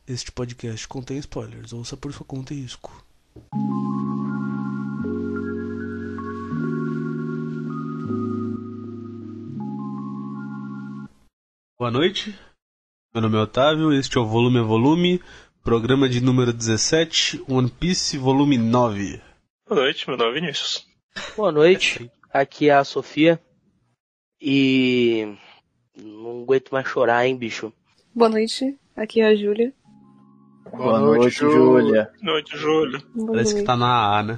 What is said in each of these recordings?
Este podcast contém spoilers, ouça por sua conta e risco. Boa noite, meu nome é Otávio, este é o Volume a Volume, programa de número 17, One Piece, volume 9. Boa noite, meu nome é Vinícius. Boa noite, aqui é a Sofia e não aguento mais chorar, hein, bicho. Boa noite, aqui é a Júlia. Boa noite, Júlia. Boa noite, Júlia. Parece que tá na A, né?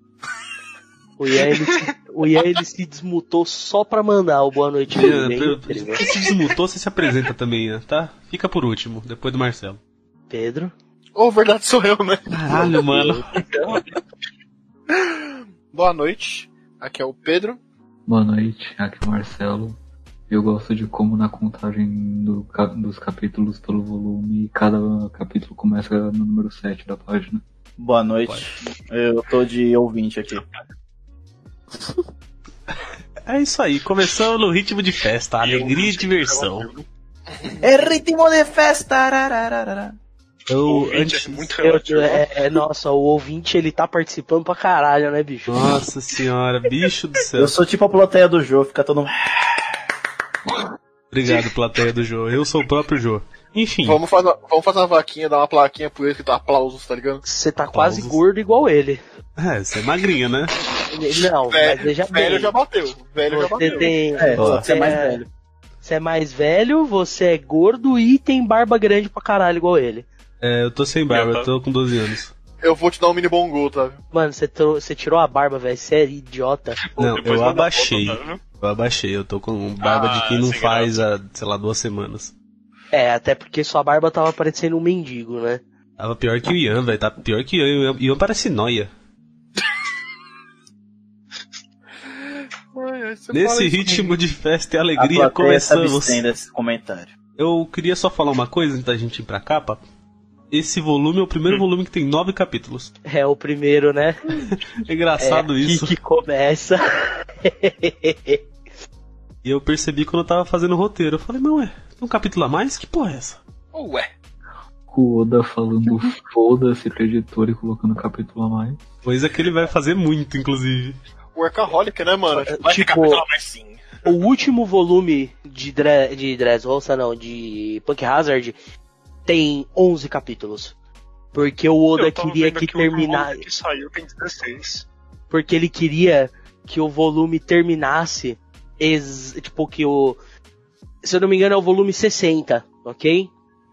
O Ian ele se desmutou só pra mandar o boa noite. Porque se desmutou, você se apresenta também, Ian, tá? Fica por último, depois do Marcelo. Pedro. Verdade sou eu, né? Caralho, mano. Boa noite, aqui é o Pedro. Boa noite, aqui é o Marcelo. Eu gosto de como na contagem dos capítulos pelo volume, cada capítulo começa no número 7 da página. Boa noite, eu tô de ouvinte aqui. É isso aí, começando no ritmo de festa, alegria e diversão. É ritmo de festa! Nossa, o ouvinte ele tá participando pra caralho, né, bicho? Nossa senhora, bicho do céu. Eu sou tipo a plateia do Jô, fica todo mundo... Obrigado, plateia do Jô. Eu sou o próprio Jô. Enfim. Vamos fazer uma vaquinha, dar uma plaquinha por ele que tá aplausos, tá ligado? Você tá quase gordo igual ele. É, você é magrinha, né? Não, mas veja bem. Velho já bateu. Você tem... você é mais velho. Você é mais velho, você é gordo e tem barba grande pra caralho igual ele. É, eu tô sem barba, eu tô com 12 anos. Eu vou te dar um mini bongo, tá? Mano, você tirou a barba, velho, você é idiota. Não, eu abaixei. Foto, Eu tô com barba de quem não faz há, sei lá, 2 semanas. É, até porque sua barba tava parecendo um mendigo, né? Tava pior que o Ian, velho, tá pior que o Ian. O Ian parece nóia. Nesse ritmo de festa e alegria, começamos. Desse comentário. Eu queria só falar uma coisa antes da gente ir pra capa. Esse volume é o primeiro volume que tem 9 capítulos. É o primeiro, né? É engraçado isso. Que começa. E eu percebi quando eu tava fazendo o roteiro. Eu falei, mas ué, tem um capítulo a mais? Que porra é essa? Ué. O Oda falando foda-se pro editor e colocando capítulo a mais. Coisa que ele vai fazer muito, inclusive. Workaholic, né, mano? Vai ter Tipo, capítulo a mais sim. O último volume de Dressrosa, não, de Punk Hazard, tem 11 capítulos. Porque o Oda queria que terminasse. Que saiu tem 16. Porque ele queria que o volume terminasse. Tipo, que o. Se eu não me engano, é o volume 60, ok?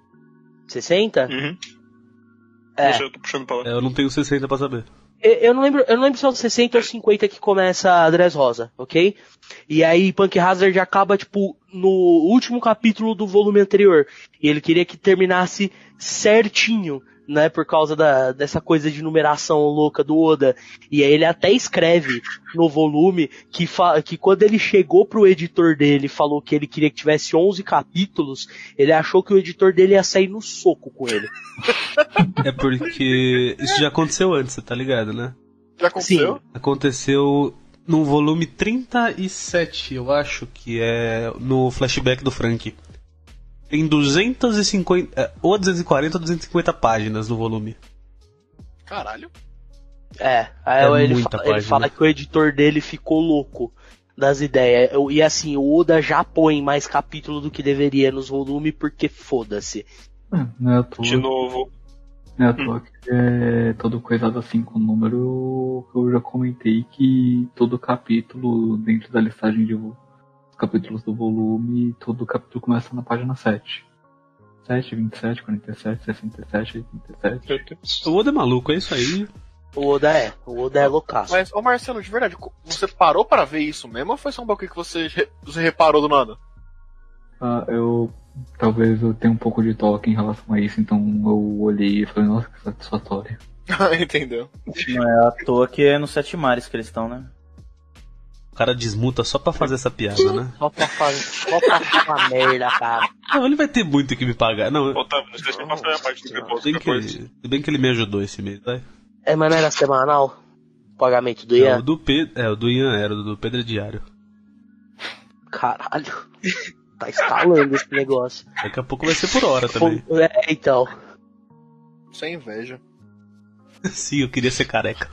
60? Uhum. É. Eu tô puxando pra lá. Eu não tenho 60 pra saber. Eu não lembro se é o 60 ou 50 que começa a Dressrosa, ok? E aí Punk Hazard acaba, tipo, no último capítulo do volume anterior. E ele queria que terminasse certinho, né? Por causa dessa coisa de numeração louca do Oda. E aí ele até escreve no volume que quando ele chegou pro editor dele e falou que ele queria que tivesse 11 capítulos, ele achou que o editor dele ia sair no soco com ele. É porque isso já aconteceu antes, você tá ligado, né? Já aconteceu? Sim. Aconteceu no volume 37, eu acho, que é no flashback do Frank. Tem 250, ou 240 ou 250 páginas no volume. Caralho. Aí ele página. fala que o editor dele ficou louco das ideias. E assim, o Oda já põe mais capítulo do que deveria nos volumes, porque foda-se. Não é à toa. De novo. Não é à toa que é todo coisado assim com número. Eu já comentei que todo capítulo dentro da listagem de capítulos do volume, todo capítulo começa na página 7. 7, 27, 47, 67, 87. Meu Deus. O Oda é maluco, é isso aí. O Oda é loucaço. Mas, ô Marcelo, de verdade, você parou pra ver isso mesmo ou foi só um bagulho que você reparou do nada? Talvez eu tenha um pouco de toque em relação a isso, então eu olhei e falei, nossa, que satisfatório. Entendeu? Não é à toa que é nos 7 mares que eles estão, né? O cara desmuta só pra fazer essa piada, né? Só pra falar merda, cara. Não, ele vai ter muito que me pagar. Não, Otávio, não esquece de passar a parte do depósito depois. se bem que ele me ajudou esse mês, vai. Mas não era semanal? O pagamento do É, Ian? o do Ian era, o do Pedro é diário. Caralho. Tá escalando esse negócio. Daqui a pouco vai ser por hora também. Então. Sem inveja. Sim, eu queria ser careca.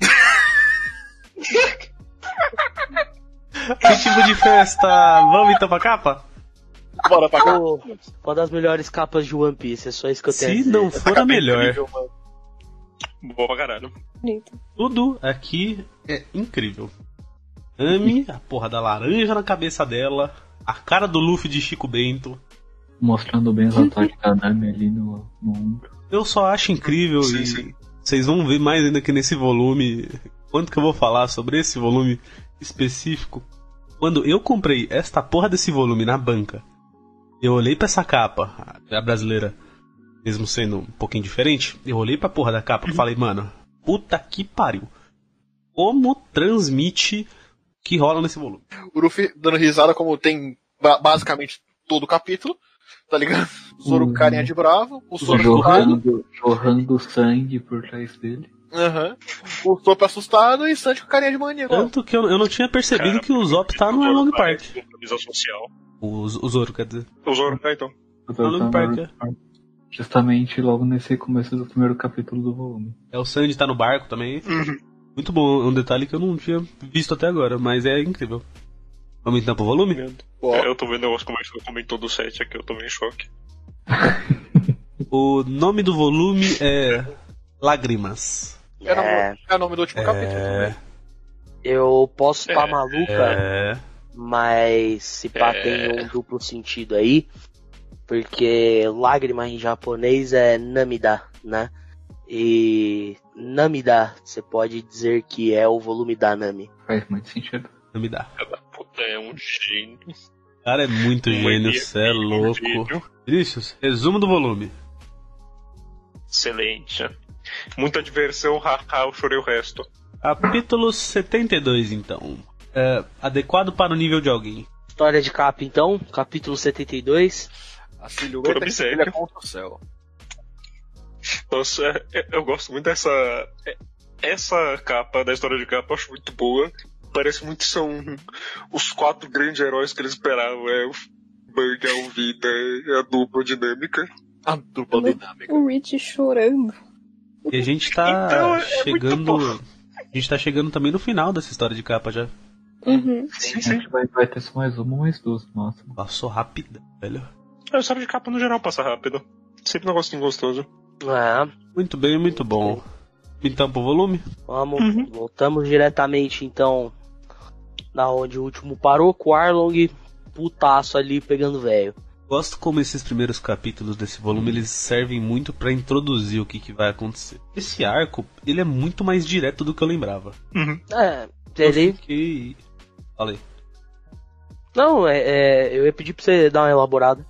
Que tipo de festa? Vamos então pra capa? Bora pra cá. Pô, uma das melhores capas de One Piece, é só isso que eu tenho a Se dizer. não for a melhor. Incrível, mano. Boa pra caralho. Bonito. Tudo aqui é incrível. Ame, a porra da laranja na cabeça dela, a cara do Luffy de Chico Bento. Mostrando bem os ataques da Nami ali no ombro. Eu só acho incrível Sim, e sim. vocês vão ver mais ainda que nesse volume. Quanto que eu vou falar sobre esse volume específico? Quando eu comprei esta porra desse volume na banca, eu olhei pra essa capa, a brasileira, mesmo sendo um pouquinho diferente, eu olhei pra porra da capa e falei, mano, puta que pariu. Como transmite o que rola nesse volume? O Luffy dando risada como tem basicamente todo o capítulo, tá ligado? O Zoro com carinha de bravo, o Zoro assustado. Jorrando sangue por trás dele. Aham. O Zoro assustado e Sanji com carinha de maníaco. Tanto que eu não tinha percebido Cara, que o Zop tá no Arlong Park. Visão social. O Zoro, quer dizer. O Zoro, então. Arlong Park, Justamente logo nesse começo do primeiro capítulo do volume. O Sanji tá no barco também. Muito bom, é um detalhe que eu não tinha visto até agora, mas é incrível. Vamos então pro volume? Eu tô vendo os comentou do set aqui, eu tô meio em choque. O nome do volume é Lágrimas. É o nome do último capítulo também. Eu posso estar maluca, É. mas se pá tem um duplo sentido aí, porque lágrima em japonês é Namida, né? E Namida, você pode dizer que é o volume da Nami. Faz muito sentido. Não me dá. Puta, é um gênio. O cara é muito gênio, cê é louco. Vinícius, resumo do volume. Excelente. Muita diversão, haha, eu chorei o resto. Capítulo 72, então. Adequado para o nível de alguém. História de capa então, capítulo 72. A silhueta Pura que miséria. brilha contra o céu. Nossa, eu gosto muito dessa. Essa capa da história de capa, eu acho muito boa. Parece muito que são os 4 grandes heróis que eles esperavam. É o Bug, a Alvida, é a dupla dinâmica. A dupla dinâmica. O Rich chorando. E a gente tá Então, é chegando. muito bom. A gente tá chegando também no final dessa história de capa já. Uhum. Sim, A sim. gente vai ter só mais uma ou mais duas, nossa. Passou rápido, velho. A história de capa no geral passa rápido. Sempre um negocinho gostoso. Muito bem, muito bom. Então pro volume? Vamos, voltamos diretamente então da onde o último parou, com o Arlong putaço ali pegando velho. Gosto como esses primeiros capítulos desse volume eles servem muito pra introduzir o que vai acontecer. Esse arco, ele é muito mais direto do que eu lembrava. Ele... Fiquei... Falei. Não, eu ia pedir pra você dar uma elaborada.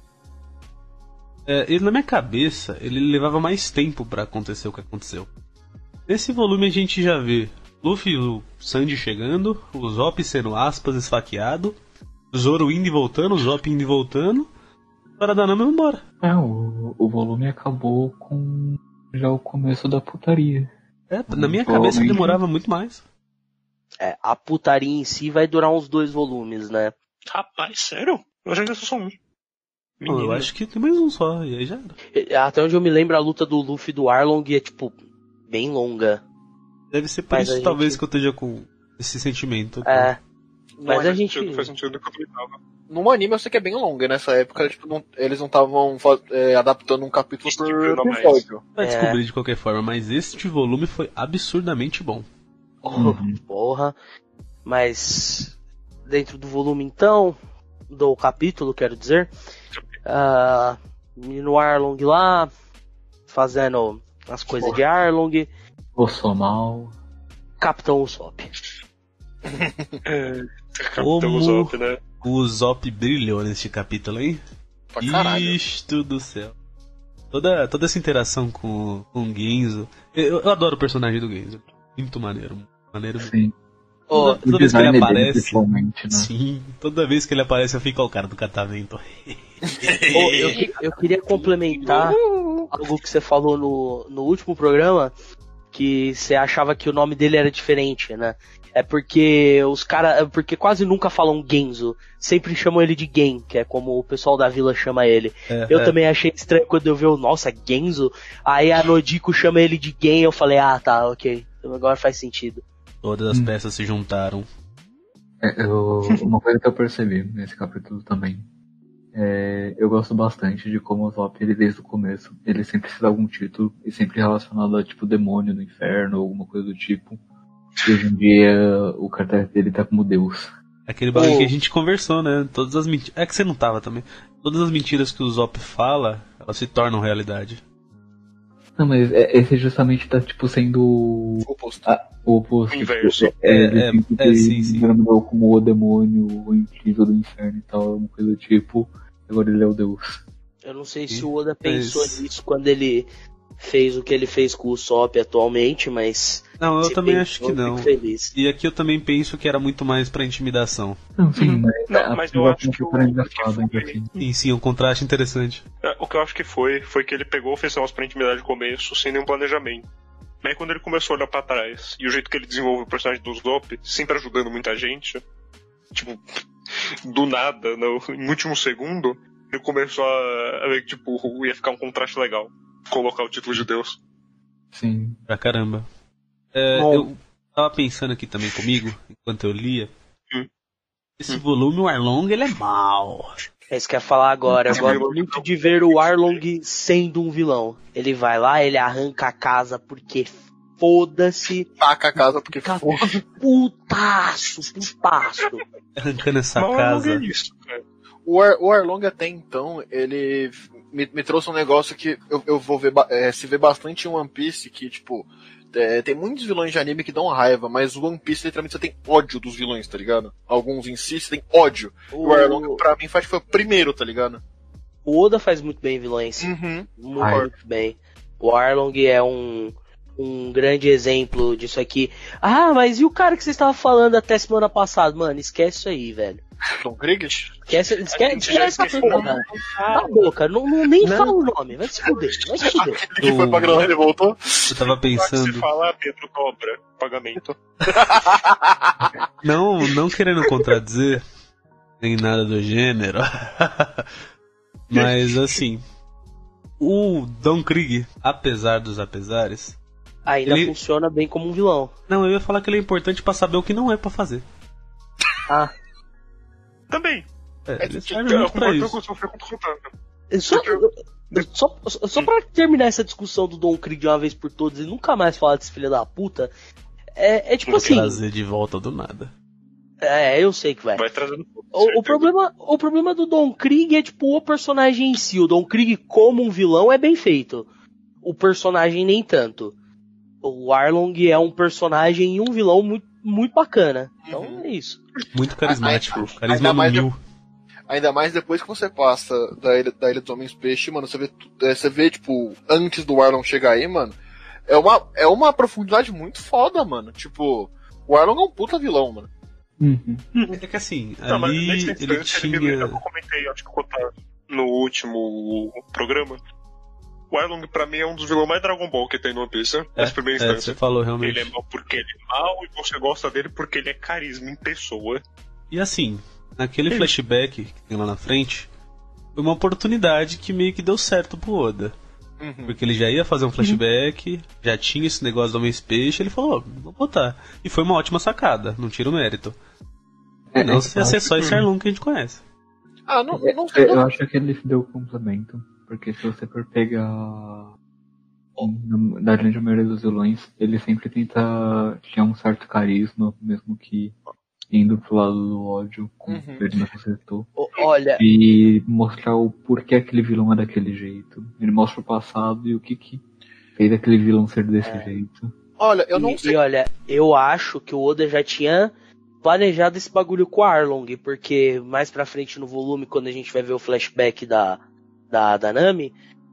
Ele na minha cabeça, ele levava mais tempo pra acontecer o que aconteceu. Nesse volume a gente já vê Luffy e o Sanji chegando, o Zop sendo aspas esfaqueado, o Zoro indo e voltando, o Zop indo e voltando, para da Nami embora. O volume acabou com já o começo da putaria. Na minha cabeça demorava muito mais. A putaria em si vai durar uns 2 volumes, né? Rapaz, sério? Eu já ainda sou só um. Não, eu acho que tem mais um só, e aí já era. Até onde eu me lembro, a luta do Luffy e do Arlong é, tipo, bem longa. Deve ser por Mas isso, a talvez, gente- que eu esteja com esse sentimento. Mas a gente... Faz sentido do que eu comentava. No anime eu sei que é bem longa, nessa época tipo, eles não estavam adaptando um capítulo por Esticando mais. episódio. Vai descobrir de qualquer forma, mas este volume foi absurdamente bom. Porra. Mas dentro do volume então, do capítulo, quero dizer, menino Arlong lá, fazendo as coisas de Arlong, O Somal. Capitão Usopp. Capitão Usopp, né? O Zop brilhou neste capítulo, hein? Pra caralho. Isto do céu. Toda essa interação com o Genzo. Eu adoro o personagem do Genzo. Muito maneiro. Maneiro. Sim. Oh, Toda vez que ele design dele, aparece. principalmente, né? Sim, toda vez que ele aparece eu fico ao cara do catavento. eu queria complementar algo que você falou no último programa, que você achava que o nome dele era diferente, né? é porque os caras, porque quase nunca falam Genzo, sempre chamam ele de Gen, que é como o pessoal da vila chama ele. Eu também achei estranho quando eu vi o, nossa, Genzo, aí a Nodiko chama ele de Gen, eu falei, ah, tá, ok, então agora faz sentido. Todas as peças se juntaram. Uma coisa que eu percebi nesse capítulo também, eu gosto bastante de como o Zop, ele desde o começo, ele sempre se dá algum título, e sempre relacionado a tipo demônio do inferno, ou alguma coisa do tipo. E hoje em dia o cartaz dele tá como Deus. Aquele bagulho que a gente conversou, né? Todas as mentiras. É que você não tava também. Todas as mentiras que o Zop fala, elas se tornam realidade. Não, mas esse justamente tá tipo sendo O oposto. o oposto. O inverso. Sim. Como o demônio, o incrível do inferno e tal, uma coisa do tipo. Agora ele é o Deus. Eu não sei se o Oda pensou nisso quando ele fez o que ele fez com o Usopp atualmente, mas... Não, eu também acho que não. Feliz. E aqui eu também penso que era muito mais pra intimidação. Não, sim, mas eu acho que Sim, um contraste interessante. O que eu acho que foi que ele pegou fez negócio pra intimidar de começo, sem nenhum planejamento. Mas aí quando ele começou a olhar pra trás, e o jeito que ele desenvolve o personagem do Usopp, sempre ajudando muita gente, tipo, do nada, no último segundo, ele começou a ver que, tipo, ia ficar um contraste legal. Colocar o título de Deus. Sim. Pra caramba. Eu tava pensando aqui também comigo, enquanto eu lia. Esse volume, o Arlong, ele é mau. É isso que eu ia falar agora. Eu gosto muito de ver o Arlong sendo um vilão. Ele vai lá, ele arranca a casa porque foda-se. Taca a casa porque foda-se. Putaço. Arrancando essa Mas casa. É isso, cara. O Arlong até então, ele me trouxe um negócio que eu vou ver, se vê bastante em One Piece, que tipo, tem muitos vilões de anime que dão raiva, mas o One Piece literalmente você tem ódio dos vilões, tá ligado? Alguns em si você tem ódio. O Arlong pra mim foi o primeiro, tá ligado? O Oda faz muito bem vilões. Muito bem. O Arlong é um grande exemplo disso aqui. Ah, mas e o cara que você estava falando até semana passada? Mano, esquece isso aí, velho. Don Krieg? Esquece essa porra. Cala a boca, nem fala o nome, vai se fuder. Que foi pra Granada e voltou? Eu tava pensando. Se falar, Pedro cobra pagamento. Não querendo contradizer, nem nada do gênero. Mas assim, o Don Krieg, apesar dos apesares, ainda funciona bem como um vilão. Não, eu ia falar que ele é importante pra saber o que não é pra fazer. Ah. Também. Ele serve muito pra isso. Só pra terminar essa discussão do Don Krieg de uma vez por todas e nunca mais falar desse filho da puta, é tipo assim... trazer de volta do nada. Eu sei que vai. Vai trazendo... O problema do Don Krieg é tipo o personagem em si. O Don Krieg como um vilão é bem feito. O personagem nem tanto. O Arlong é um personagem e um vilão muito, muito bacana. Então é isso. Muito carismático. Carisma no mil. Ainda mais depois que você passa da Ilha dos Homens Peixe, mano, você vê, tipo, antes do Arlong chegar aí, mano, é uma profundidade muito foda, mano. Tipo, o Arlong é um puta vilão, mano. É que assim, ali ele tinha... Eu comentei, acho que no último programa. O Arlong pra mim é um dos vilões mais Dragon Ball que tem no One Piece, nessa primeira instância. Você falou realmente. Ele é mal porque ele é mal e você gosta dele porque ele é carisma em pessoa. E assim, naquele flashback que tem lá na frente, foi uma oportunidade que meio que deu certo pro Oda. Porque ele já ia fazer um flashback, já tinha esse negócio do Homem-Peixe, ele falou, vou botar. E foi uma ótima sacada, não tira o mérito. Não ia ser só esse Arlong que a gente conhece. Não sei. Eu acho que ele deu complemento, porque se você for pegar da grande maioria dos vilões, ele sempre tenta criar um certo carisma, mesmo que indo pro lado do ódio, como ele não acertou. Olha... E mostrar o porquê aquele vilão é daquele jeito. Ele mostra o passado e o que fez aquele vilão ser desse jeito. Olha, eu não sei. E olha, eu acho que o Oda já tinha planejado esse bagulho com o Arlong, porque mais pra frente no volume, quando a gente vai ver o flashback da Nami,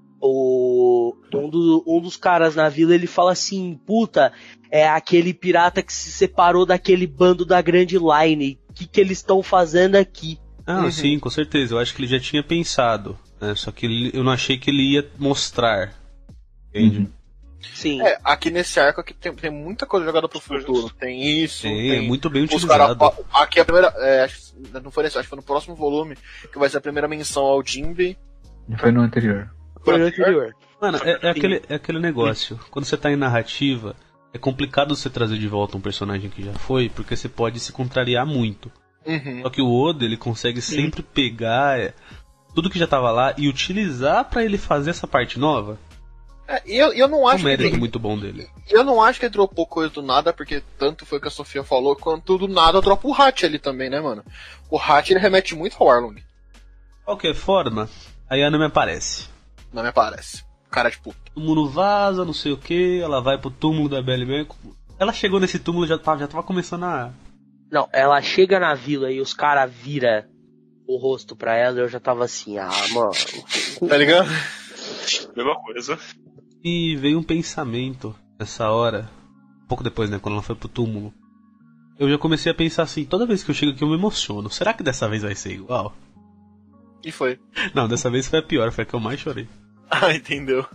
um dos caras na vila, ele fala assim, puta, é aquele pirata que se separou daquele bando da Grand Line, o que eles estão fazendo aqui? Sim, com certeza, eu acho que ele já tinha pensado, né? Só que eu não achei que ele ia mostrar, entende? Sim. Aqui nesse arco aqui tem muita coisa jogada pro futuro. Tem isso. Tem, é muito bem os utilizado. aqui a primeira. Acho que não foi nesse, acho que foi no próximo volume que vai ser a primeira menção ao Jinbe. Foi no anterior. Foi no anterior. Mano, é aquele negócio. Quando você tá em narrativa, é complicado você trazer de volta um personagem que já foi, porque você pode se contrariar muito. Só que o Oda, ele consegue sempre pegar tudo que já tava lá e utilizar pra ele fazer essa parte nova. Eu não acho É um mérito muito bom dele. Eu não acho que ele dropou coisa do nada, porque tanto foi o que a Sofia falou, quanto do nada dropa o Hat ali também, né, mano? O Hat, ele remete muito ao Arlong. De qualquer forma, a Yana me aparece. Não me parece. Cara de puta. Todo mundo vaza, não sei o que, ela vai pro túmulo da Belle Bear. Ela chegou nesse túmulo e já tava começando a... Não, ela chega na vila e os caras viram o rosto pra ela e eu já tava assim, mano. Tá ligado? Mesma coisa. E veio um pensamento nessa hora, um pouco depois, né, quando ela foi pro túmulo. Eu já comecei a pensar assim, toda vez que eu chego aqui eu me emociono. Será que dessa vez vai ser igual? E foi. Não, dessa vez foi a pior, foi a que eu mais chorei. Entendeu.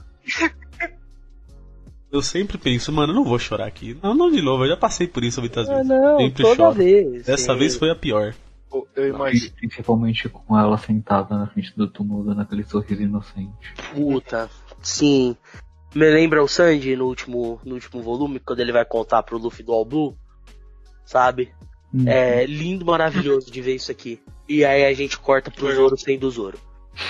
Eu sempre penso, mano, eu não vou chorar aqui. Não de novo, eu já passei por isso muitas vezes. Não, sempre toda choro. vez. Dessa vez foi a pior. Eu imagino. Principalmente com ela sentada na frente do túmulo, dando aquele sorriso inocente. Puta, sim. Me lembra o Sanji no último volume, quando ele vai contar pro Luffy do All Blue, sabe? É lindo, maravilhoso de ver isso aqui. E aí a gente corta pro Zoro sendo o Zoro.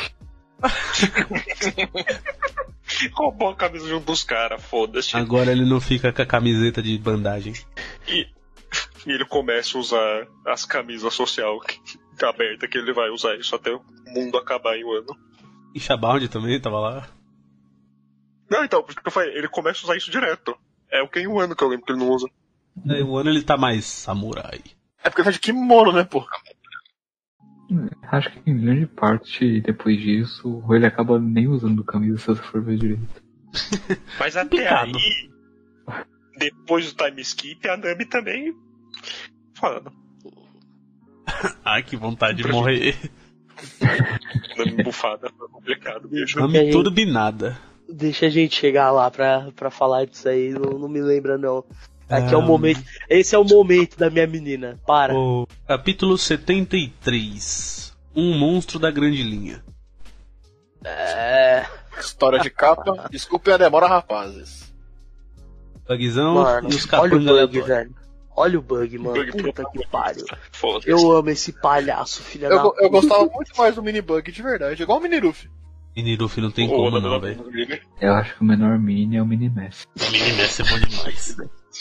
Roubou a camisa de um dos caras, foda-se. Agora ele não fica com a camiseta de bandagem. E ele começa a usar as camisas social aberta, que ele vai usar isso até o mundo acabar em um ano. E Shabound também tava lá. Não, então, porque eu falei, ele começa a usar isso direto. É o que em um ano que eu lembro que ele não usa. Aí o ano ele tá mais samurai. É porque ele tá de kimono, né, pô? Acho que em grande parte, depois disso, ele acaba nem usando camisa, se você for ver direito. Mas até Complicado. aí, depois do time skip, a Nami também... Falando. Ai, que vontade de morrer. Nami bufada, foi complicado, bicho. Nami turbinada. Deixa a gente chegar lá pra falar disso aí, não me lembra não. Aqui é o momento. Esse é o momento da minha menina. Para. O capítulo 73. Um monstro da grande linha. História de capa. Desculpem a demora, rapazes. Bugzão Mano, e os olha o capangas bug, aleatórios. velho. Olha o bug, mano. Bug Puta que pariu. Foda-se. Eu amo esse palhaço, filha da Eu puta. gostava muito mais do mini bug, de verdade. Igual o mini Ruffy. Mini-Ruffy não tem O como Oda não, da velho. Mini. Eu acho que o menor mini é o mini Messi. Mini-Messi é bom demais.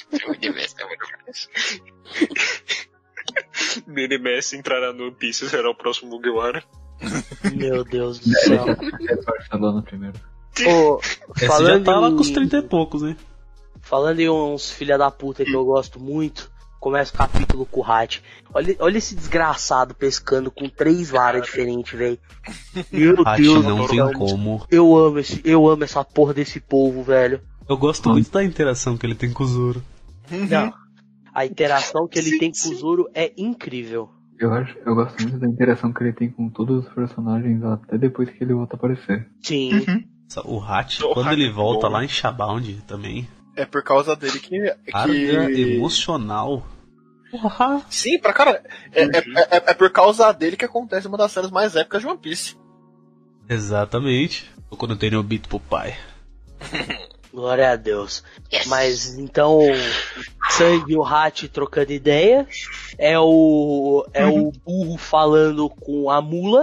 Mini Messi entrará no One Piece, será o próximo Mugiwara. Meu Deus do céu. É Barcelona primeiro. Ô, Esse já falando tá lá em- com os 30 e poucos, né? Falando em uns filha da puta que eu gosto muito, começa o capítulo com o Hat. Olha esse desgraçado pescando com 3 varas diferentes, velho. Meu Hat Deus não do tem céu. como. Eu amo essa porra desse povo, velho. Eu gosto muito da interação que ele tem com o Zoro. Não. A interação que ele tem com o Zoro é incrível. Eu gosto muito da interação que ele tem com todos os personagens até depois que ele volta a aparecer. Sim. O Hat, O quando Hat ele é volta bom. lá em Shabound também. É por causa dele que... Carga emocional. Porra. Sim, pra cara. É por causa dele que acontece uma das cenas mais épicas de One Piece. Exatamente. Ou quando tem o beat pro pai. Glória a Deus. Mas então, Sangue e o Hat trocando ideia. É o burro falando com a mula.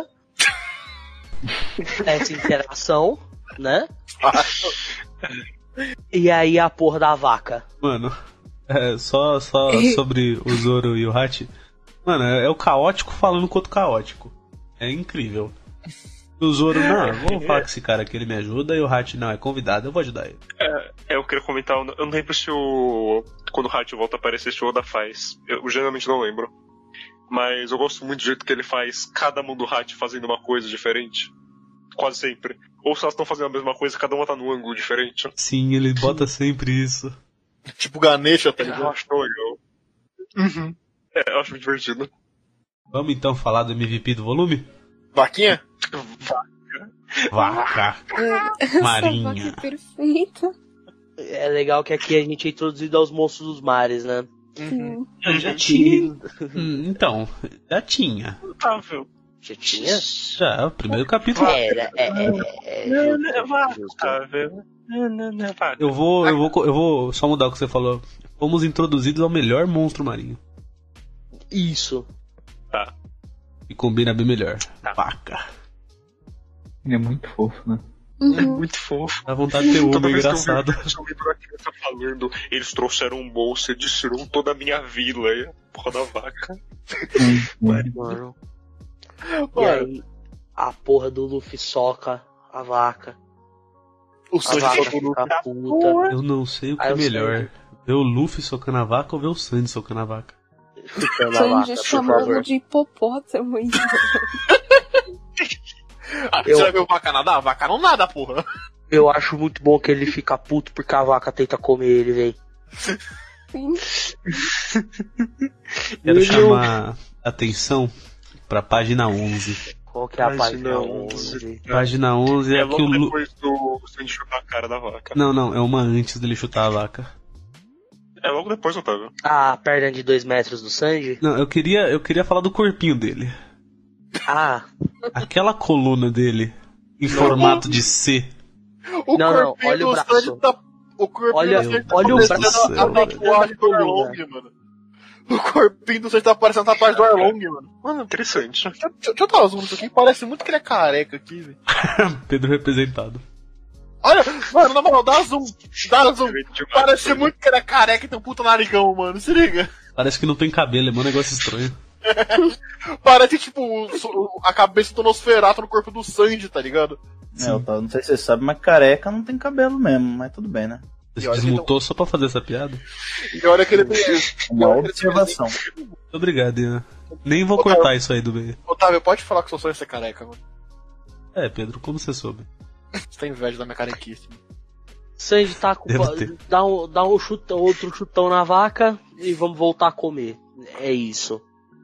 Essa interação, né? E aí a porra da vaca. Mano, só sobre o Zoro e o Hat. Mano, é o caótico falando com outro caótico. É incrível. E o Zoro, não, vamos falar com esse cara aqui, ele me ajuda. E o Hat, não, é convidado, eu vou ajudar ele. Eu queria comentar, eu não lembro se quando o Hat volta a aparecer, se o Oda faz. Eu geralmente não lembro. Mas eu gosto muito do jeito que ele faz cada mão do Hat fazendo uma coisa diferente. Quase sempre. Ou se elas estão fazendo a mesma coisa, cada uma tá num ângulo diferente. Sim, ele bota sempre isso. Tipo Ganesha, tá Eu ligado? acho tão legal. Eu acho muito divertido. Vamos então falar do MVP do volume? Vaquinha? Vaca. Essa Marinha. vaca é perfeita. É legal que aqui a gente é introduzido aos monstros dos mares, né? Sim. Já tinha. Então, já tinha. Notável. Já tinha? Já, o primeiro capítulo. Era, justo. Notável. Não, Eu vou só mudar o que você falou. Fomos introduzidos ao melhor monstro marinho. Isso. Tá. E combina bem melhor. Tá. Vaca. Ele é muito fofo, né? É muito fofo. Dá vontade de ter Toda uma, vez que engraçado. eu lembro da criança falando, eles trouxeram um monstro e destruíram toda a minha vila. E a porra da vaca. Mano. E aí, a porra do Luffy soca a vaca. O A Sanji vaca soltou no fica puta. Eu não sei o que Aí é eu melhor. Ver o Luffy socando a vaca ou ver o Sandy socando a vaca? Chutando a vaca, Sanji por chamando favor. de hipopótamo. Então. Eu- Você já viu vaca nadar? Vaca não nada, porra. Eu acho muito bom que ele fica puto porque a vaca tenta comer ele, véi. Sim. Quero Ele chamar atenção pra página 11. Qual que é a Página página 11? 11? Página 11 é É que o logo Lu... depois do Sanji chutar a cara da vaca. Não, é uma antes dele chutar a vaca. É logo depois, Otávio. A perna de 2 metros do Sanji? Não, eu queria falar do corpinho dele. Ah, Aquela coluna dele, em formato de C. O Não, corpinho olha o do braço. Sanji tá... O corpinho Olha- do Sanji tá olha o parecendo braço, a velho. tatuagem do Arlong, mano. O corpinho do Sanji tá parecendo a tatuagem do Arlong, mano. Mano, Interessante. deixa eu dar zoom nisso aqui. Parece muito que ele é careca aqui, velho. Pedro representado. Olha, mano, na moral, dá zoom. Dá zoom. Demais. Parece muito que ele é careca e tem um puta narigão, mano. Se liga. Parece que não tem cabelo, é um negócio estranho. Parece, tipo, a cabeça do Nosferatu no corpo do Sanji, tá ligado? É, Otávio, não sei se você sabe, mas careca não tem cabelo mesmo, mas tudo bem, né? Você E olha que desmutou só pra fazer essa piada? E olha que ele tem... Uma observação. Muito obrigado, Ian. Nem vou cortar isso aí do meio. Otávio, pode falar que seu sonho é ser careca, mano. É, Pedro, como você soube? Você tem inveja da minha carequice. Sanji tá com. Devo ter. Dá um chutão, outro chutão na vaca e vamos voltar a comer. É isso.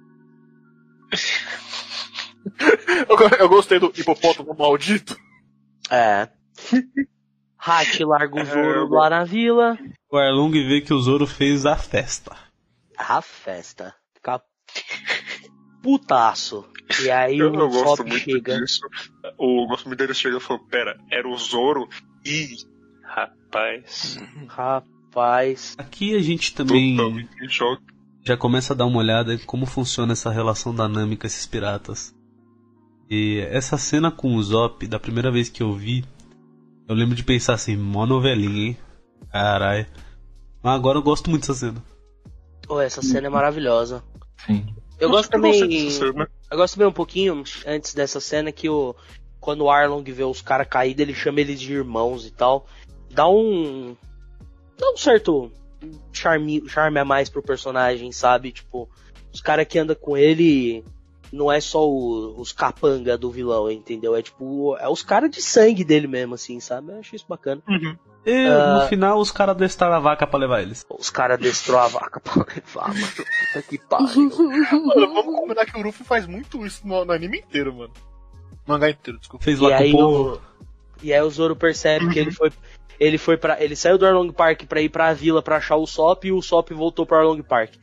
Eu gostei do hipopótamo maldito. É. Hachi larga o Zoro lá na vila. O Arlong vê que o Zoro fez a festa. A festa. Fica putaço. E aí Eu o gosto Sop muito chega. disso. O gosto muito dele chega e falou, pera, era o Zoro? Ih, rapaz. Rapaz. Aqui a gente também Totalmente em choque. já começa a dar uma olhada em como funciona essa relação Nami com esses piratas. E essa cena com o Zop, da primeira vez que eu vi, eu lembro de pensar assim, mó novelinha, hein? Caralho. Mas agora eu gosto muito dessa cena. Oh, essa cena é maravilhosa. Sim. Eu gosto gostei também. dessa cena. Eu gosto também um pouquinho, antes dessa cena, que quando o Arlong vê os caras caídos, ele chama eles de irmãos e tal. Dá um certo charme a mais pro personagem, sabe? Tipo, os caras que andam com ele não é só os capanga do vilão, entendeu? É tipo, é os caras de sangue dele mesmo, assim, sabe? Eu acho isso bacana. E no final os caras adestraram a vaca pra levar eles. Os caras destrou a vaca pra levar, mano. Puta que pariu. Mano, vamos combinar que o Luffy faz muito isso no anime inteiro, mano. No mangá inteiro, desculpa. Fez E lá com aí, o povo. e aí o Zoro percebe que ele saiu do Arlong Park pra ir pra vila pra achar o Sop e o Sop voltou pro Arlong Park.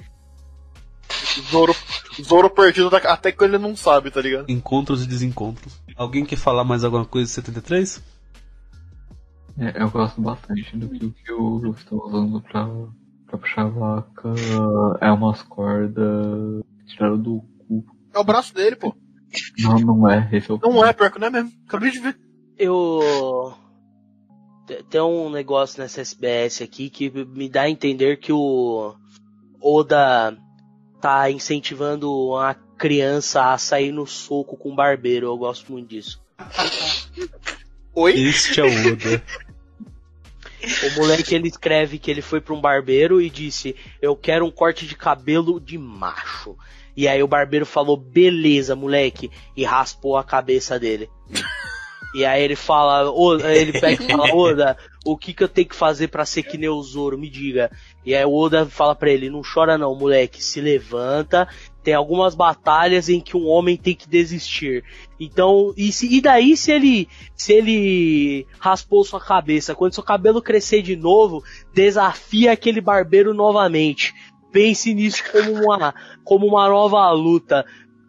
Zoro perdido até que ele não sabe, tá ligado? Encontros e desencontros. Alguém quer falar mais alguma coisa de 73? É, eu gosto bastante do que o Luffy tá usando pra puxar a vaca. É umas cordas tiradas do cu. É o braço dele, pô. Não é, esse é o Não é, pior que não é mesmo. Acabei de ver. Tem um negócio nessa SBS aqui que me dá a entender que o Oda tá incentivando a criança a sair no soco com o barbeiro. Eu gosto muito disso. Oi? Este é o Oda. O moleque, ele escreve que ele foi pra um barbeiro e disse: eu quero um corte de cabelo de macho. E aí o barbeiro falou: beleza, moleque, e raspou a cabeça dele. E aí ele fala, ele pega e fala, Oda, o que eu tenho que fazer pra ser que nem o Zoro, me diga. E aí o Oda fala pra ele, não chora não, moleque, se levanta, tem algumas batalhas em que um homem tem que desistir. Então, e daí se ele raspou sua cabeça, quando seu cabelo crescer de novo, desafia aquele barbeiro novamente. Pense nisso como uma nova luta.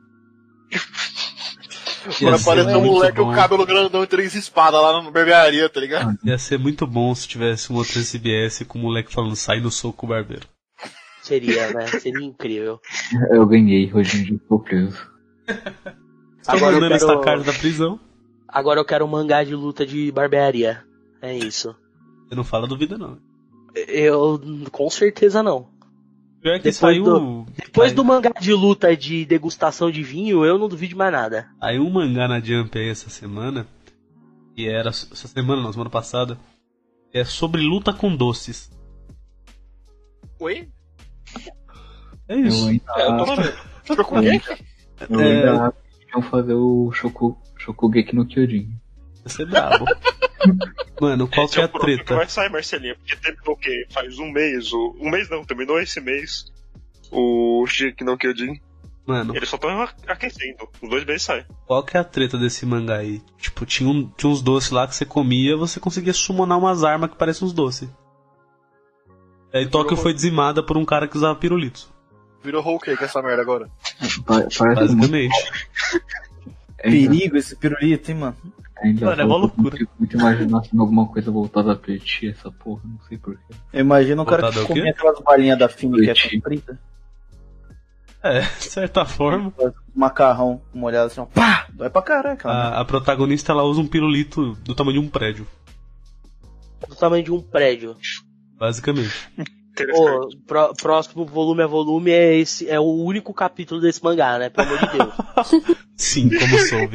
Ia Vai ser parecer um muito moleque com bom. o cabelo grandão e 3 espadas lá na barbearia, tá ligado? Ia ser muito bom se tivesse um outro SBS com o moleque falando sai no soco com o barbeiro. Seria, né? Seria incrível. Eu ganhei, hoje em dia estou preso. Estão Agora eu mandando quero- esta carta da prisão. Agora eu quero um mangá de luta de barbearia. É isso. Você não fala do vida, não. Eu, com certeza não. Pior que Depois saiu. Depois do mangá de luta de degustação de vinho, eu não duvido de mais nada. Aí um mangá na Jump aí essa semana. Que era. Essa semana não, semana passada. É sobre luta com doces. Oi? É isso. Eu ainda, Eu tô vendo. Ficou com quem? eu ainda acho que iam fazer o Shokugeki no Kyojin. Vai ser brabo. Mano, qual Esse que é é a o próximo que treta? vai sair, Marcelinha, porque terminou o quê? Faz um mês, um mês não, terminou esse mês o Shiki no Kyojin. Mano, Eles só estão aquecendo, os 2 meses saem. qual que é a treta desse mangá aí? Tipo, tinha uns doces lá que você comia, você conseguia summonar umas armas que parecem uns doces. Aí Tóquio foi dizimada por um cara que usava pirulitos. Virou whole cake essa merda agora. Parece muito. Basicamente. Perigo esse pirulito, hein, mano? Ainda Mano, é uma falta loucura. muito imaginar se alguma coisa voltada a Petit, essa porra, não sei porquê. Imagina um cara Voltado que ao quê? comia aquelas balinhas da Fini que é Leite. frita. É, de certa forma. Macarrão molhado assim, ó, pá! Dói pra caraca. mano. A protagonista ela usa um pirulito do tamanho de um prédio. Do tamanho de um prédio. Basicamente. Interessante. Próximo volume a volume é o único capítulo desse mangá, né? Pelo amor de Deus. Sim, como soube.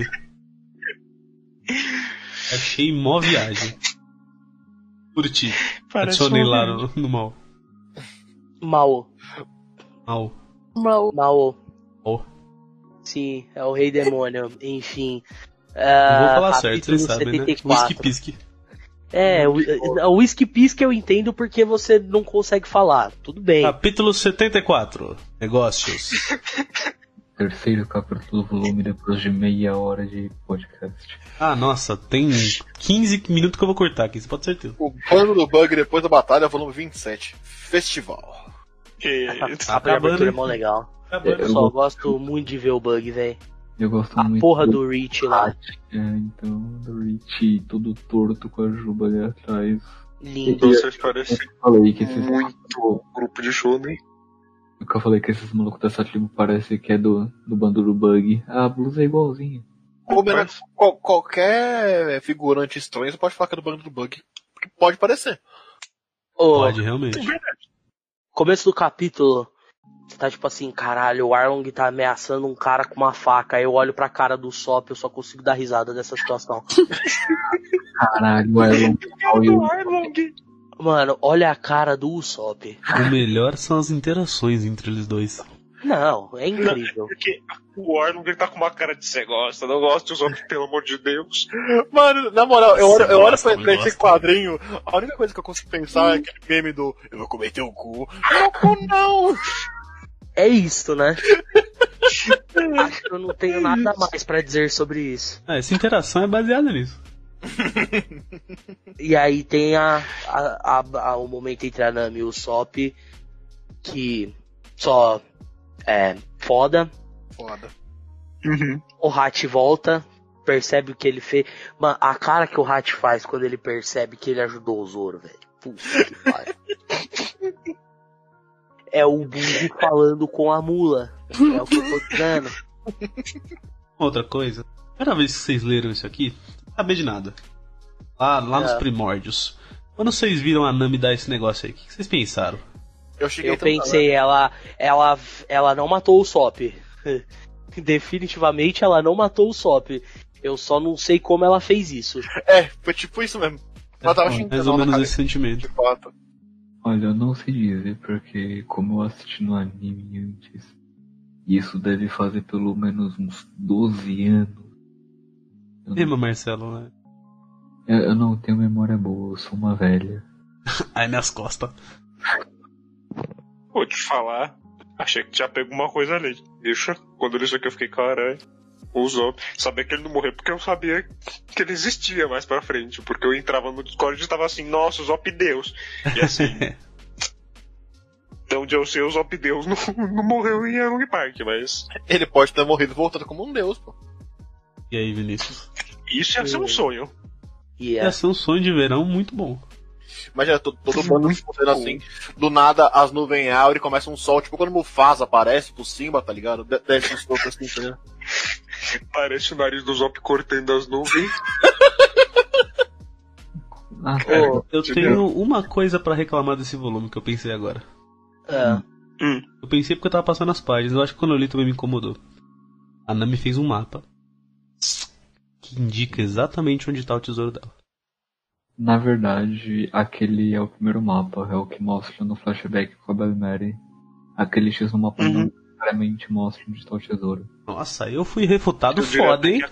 Achei mó viagem. Curti. Adicionei lá no mal. Mao. Mal. Mal. Mao. Oh. Sim, é o Rei Demônio. Enfim. Não vou falar certo, Capítulo vocês sabem, né? 74. Whisky Pisky. É, o Whisky Pisca eu entendo porque você não consegue falar. Tudo bem. Capítulo 74. Negócios. Terceiro capítulo do volume depois de meia hora de podcast. Ah, nossa, tem 15 minutos que eu vou cortar aqui, você pode ter certeza. O bando do bug depois da batalha, volume 27. Festival. Que... A abertura é mó legal. Acabando. Eu só gosto muito de ver o bug, velho. Eu gosto A muito porra do Rich lá. então, do Rich todo torto com a Juba ali atrás. Lindo. Vocês parecem Eu falei que esses muito grupo de shonen. Eu falei que esses malucos dessa tribo parece que é do bando do Bug. A blusa é igualzinha. Combinando qualquer figurante estranho, você pode falar que é do bando do bug. Porque pode parecer. Ô, Pode, realmente. começo do capítulo, você tá tipo assim, caralho, o Arlong tá ameaçando um cara com uma faca. Aí eu olho pra cara do Sop, eu só consigo dar risada dessa situação. Caralho, o Elon e o Mano, olha a cara do Usopp. O melhor são as interações entre eles dois. Não, é incrível. Porque o Arlong ele tá com uma cara de cê gosta, não gosta de usar, pelo amor de Deus. Mano, na moral, eu olho gosta, pra não esse gosta. quadrinho, a única coisa que eu consigo pensar é aquele meme do eu vou comer teu cu. Meu cu não! É isso, né? Acho que eu não tenho nada mais pra dizer sobre isso. Ah, essa interação é baseada nisso. E aí tem o momento entre a Nami e o Usopp, que só é foda. Foda. O Hat volta, percebe o que ele fez. Mano, a cara que o Hat faz quando ele percebe que ele ajudou o Zoro, velho. Puta que pariu. É o Bug falando com a mula. É o que eu tô dizendo. Outra coisa. Primeira vez que vocês leram isso aqui, não sabia de nada. Lá nos primórdios. Quando vocês viram a Nami dar esse negócio aí, o que vocês pensaram? Eu pensei, ela não matou o Sop. Definitivamente ela não matou o Sop. Eu só não sei como ela fez isso. É, foi tipo isso mesmo. Ela tava xingando Mais ou ela na menos cabeça, esse sentimento. de fato. Olha, eu não sei dizer, porque como eu assisti no anime antes, isso deve fazer pelo menos uns 12 anos. Lembra, Marcelo, né? Eu não tenho memória boa, eu sou uma velha. Ai, minhas costas. Vou te falar, achei que já pegou uma coisa ali. Bicho, quando ele isso aqui eu fiquei, caralho. O Zop. Sabia que ele não morreu porque eu sabia que ele existia mais pra frente. Porque eu entrava no Discord e tava assim, nossa, o Zop Deus. E assim. Então, onde eu sei, o Zop Deus não morreu em Along Park, mas. Ele pode ter morrido voltando como um deus, pô. E aí, Vinícius? Isso ia ser um sonho. Ia ser um sonho de verão muito bom. Imagina, todo mundo respondendo assim, do nada as nuvens abrem e começa um sol, tipo quando o Mufasa aparece por cima, tá ligado? Desce um soco assim, tá ligado? Parece o nariz do Zop cortando as nuvens. Eu tenho uma coisa pra reclamar desse volume que eu pensei agora. Eu pensei porque eu tava passando as páginas, eu acho que quando eu li também me incomodou. A Nami fez um mapa que indica exatamente onde tá o tesouro dela. Na verdade, aquele é o primeiro mapa, é o que mostra no flashback com a Belmary. Aquele X no mapa não claramente mostra onde está o tesouro. Nossa, eu fui refutado foda, hein?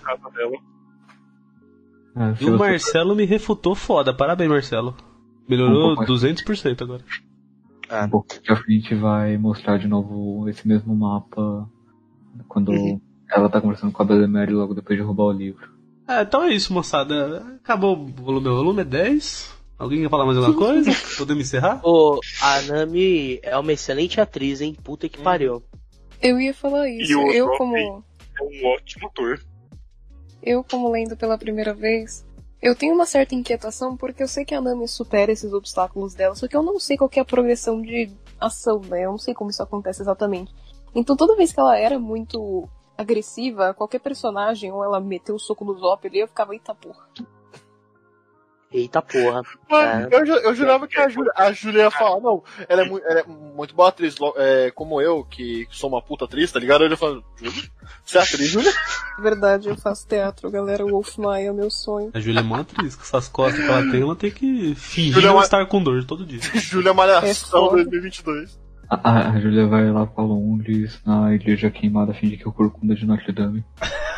E o Marcelo me refutou foda, parabéns, Marcelo. Melhorou 200% agora. Um pouco à frente vai mostrar de novo esse mesmo mapa quando ela tá conversando com a Belmary logo depois de roubar o livro. Então é isso, moçada. Acabou o volume. O volume é 10. Alguém quer falar mais alguma coisa? Podemos encerrar? A Nami é uma excelente atriz, hein? Puta que pariu. Eu ia falar isso. E o Eu Zop como... é um ótimo ator. Eu, como lendo pela primeira vez, eu tenho uma certa inquietação porque eu sei que a Nami supera esses obstáculos dela, só que eu não sei qual que é a progressão de ação, né? Eu não sei como isso acontece exatamente. Então toda vez que ela era muito agressiva, qualquer personagem, ou ela meteu o soco no Zop ali, eu ficava, eita porra. Eita porra. Mano, eu jurava que a Júlia ia falar, não, ela é muito boa atriz, como eu, que sou uma puta atriz, tá ligado? Eu ia falar, Júlia? Você é atriz, Júlia? Verdade, eu faço teatro, galera, o Wolf Maia é meu sonho. A Júlia é uma atriz, com essas costas que ela tem que fingir não estar com dor todo dia. Júlia Malhação 2022. A Júlia vai lá pra Londres, na igreja queimada, fingir que é o corcunda de Notre Dame.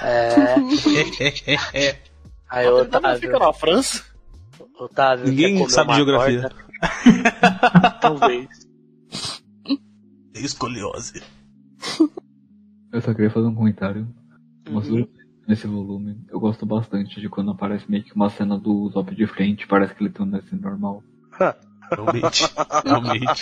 Aí, Otávio, fica na França. Otávio, ninguém sabe geografia. Talvez. Escoliose. Eu só queria fazer um comentário. Nesse volume, eu gosto bastante de quando aparece meio que uma cena do Zop de frente, parece que ele tem um desenho normal. Realmente.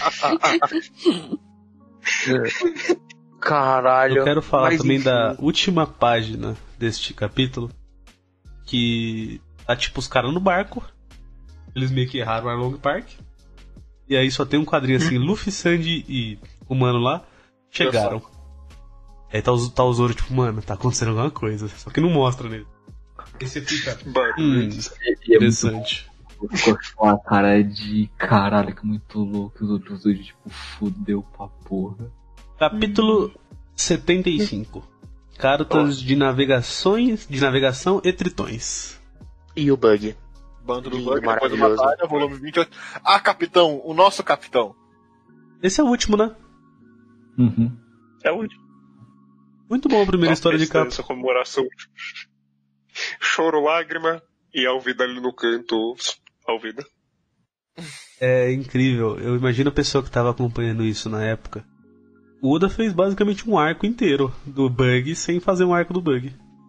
Caralho. Eu quero falar também da última página deste capítulo, que tá tipo os caras no barco, eles meio que erraram o Arlong Park, e aí só tem um quadrinho assim, Luffy, Sandy e o mano lá chegaram. Aí tá o Zoro tipo, mano, tá acontecendo alguma coisa, só que não mostra nele. Aí você fica, interessante. Com a cara de caralho, que muito louco. Os outros dois, tipo, fudeu pra porra. Capítulo 75. Cartas de navegação e tritões. E o Bug. Bando do Bug, depois da batalha, volume 28. Ah, capitão, o nosso capitão. Esse é o último, né? É o último. Muito bom a primeira história de capa. Essa comemoração. Choro, lágrima e Alvida ali no canto. Alvida. É incrível. Eu imagino a pessoa que tava acompanhando isso na época. O Oda fez basicamente um arco inteiro do Bug sem fazer um arco do Bug.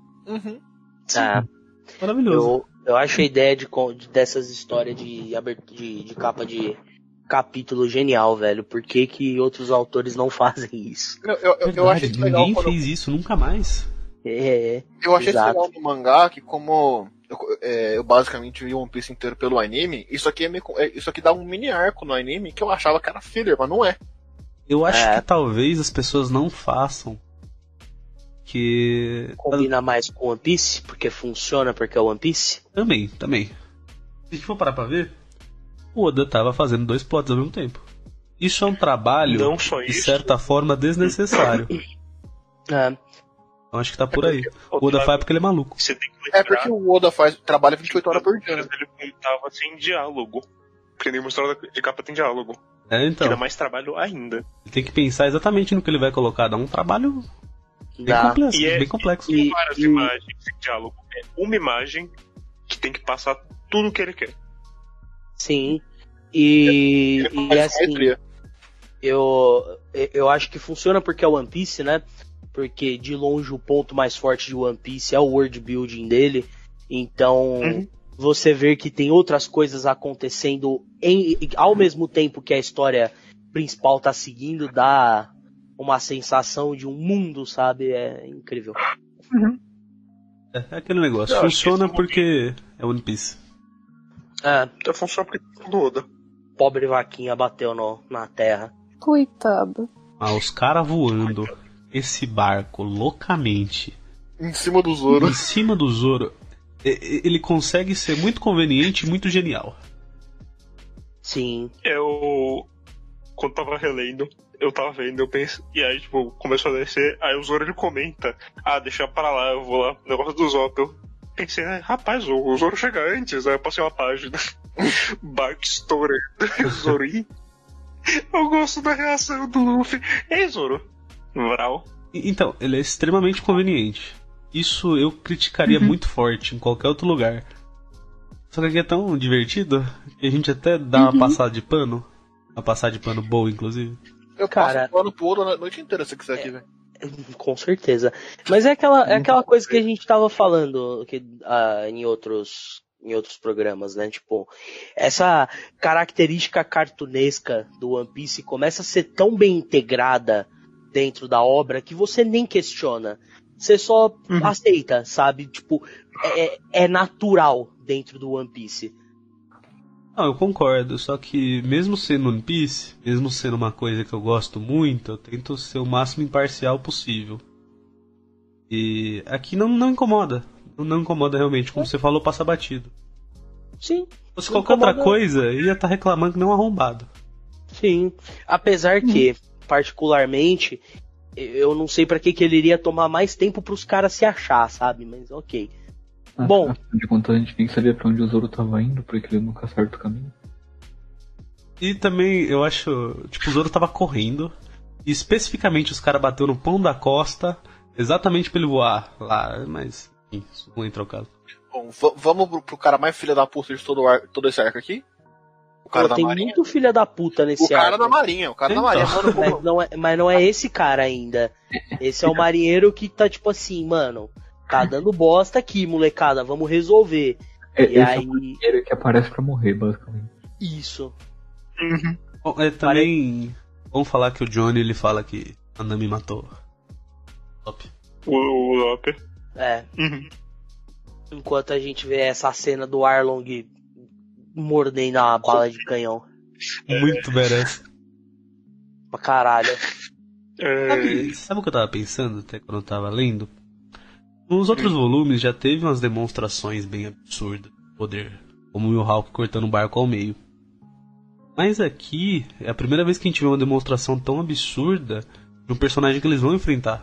Maravilhoso. Eu acho a ideia dessas histórias de capa de capítulo genial, velho. Por que outros autores não fazem isso? Eu achei isso legal. Ninguém fez isso, nunca mais. Eu achei isso legal no mangá, que como eu basicamente vi One Piece inteiro pelo anime, isso aqui dá um mini arco no anime que eu achava que era filler, mas não é. Eu acho que talvez as pessoas não façam, que combina mais com One Piece, porque funciona, porque é One Piece. Também. Se a gente for parar pra ver, o Oda tava fazendo 2 plots ao mesmo tempo. Isso é um trabalho, de certa forma, desnecessário. Então acho que tá por aí. O Oda faz porque ele é maluco. Porque o Oda trabalha 28 horas por dia. Ele contava sem diálogo. Porque nenhuma história de capa tem diálogo. Então. Que dá mais trabalho ainda. Ele tem que pensar exatamente no que ele vai colocar. Dá um trabalho bem complexo. E várias imagens sem diálogo. É uma imagem que tem que passar tudo que ele quer. Sim. E Ele faz assim, maestria. eu acho que funciona porque é One Piece, né? Porque de longe o ponto mais forte de One Piece é o world building dele. Então, você ver que tem outras coisas acontecendo ao mesmo tempo que a história principal tá seguindo, dá uma sensação de um mundo, sabe? É incrível. É aquele negócio. Eu acho que Funciona esse é o porque é One Piece. É, Então funciona porque do Oda. pobre vaquinha bateu na terra. Coitado. Ah, os caras voando esse barco loucamente Em cima do Zoro. em cima do Zoro. Ele consegue ser muito conveniente e muito genial. Sim. Eu, quando tava relendo, eu tava vendo, eu pensei, e aí, tipo, começou a descer, aí o Zoro ele comenta, deixa pra lá, eu vou lá, negócio do Zop. Eu pensei, rapaz, o Zoro chega antes, aí eu passei uma página, barco estourando, Zoro, eu gosto da reação do Luffy, ei, Zoro, Vral. Então, ele é extremamente conveniente. Isso eu criticaria muito forte em qualquer outro lugar. Só que aqui é tão divertido que a gente até dá uma passada de pano. Uma passada de pano boa, inclusive. Eu Cara, passo o pano pro Oda a noite inteira se quiser aqui, velho. Com certeza. Mas é aquela coisa que a gente tava falando em outros programas, né? Tipo, essa característica cartunesca do One Piece começa a ser tão bem integrada dentro da obra que você nem questiona. Você só aceita, sabe? Tipo, é natural dentro do One Piece. Não, eu concordo, só que mesmo sendo One Piece, mesmo sendo uma coisa que eu gosto muito, eu tento ser o máximo imparcial possível. E aqui não incomoda. Não incomoda realmente, como você falou, passa batido. Sim. Se fosse qualquer outra coisa, ia estar reclamando que nem um arrombado. Sim. Apesar que, particularmente, eu não sei pra que ele iria tomar mais tempo pros caras se achar, sabe? Mas ok. Bom, Afinal de contas, a gente nem sabia pra onde o Zoro tava indo, porque ele nunca acerta o caminho. E também, eu acho, tipo, o Zoro tava correndo, e especificamente os caras bateu no pão da costa, exatamente pra ele voar lá, mas, enfim, isso não entra ao caso. Bom, vamos pro cara mais filha da puta de todo esse arco aqui? O cara da tem Marinha. muito filha da puta nesse O cara arco. da Marinha, o cara da Então. Marinha. Mano, Mas não é esse cara ainda. Esse é o marinheiro que tá tipo assim, mano, tá dando bosta aqui, molecada, vamos resolver. E Esse aí. é o marinheiro que aparece pra morrer, basicamente. Isso. Bom, também, vamos falar que o Johnny, ele fala que a Nami matou. Top. O Lopper. É. Enquanto a gente vê essa cena do Arlong mordendo a bala de canhão. Muito badass. Pra caralho. Sabe o que eu tava pensando até quando eu tava lendo? Nos outros volumes já teve umas demonstrações bem absurdas de poder, como o Mihawk cortando o barco ao meio. Mas aqui é a primeira vez que a gente vê uma demonstração tão absurda de um personagem que eles vão enfrentar.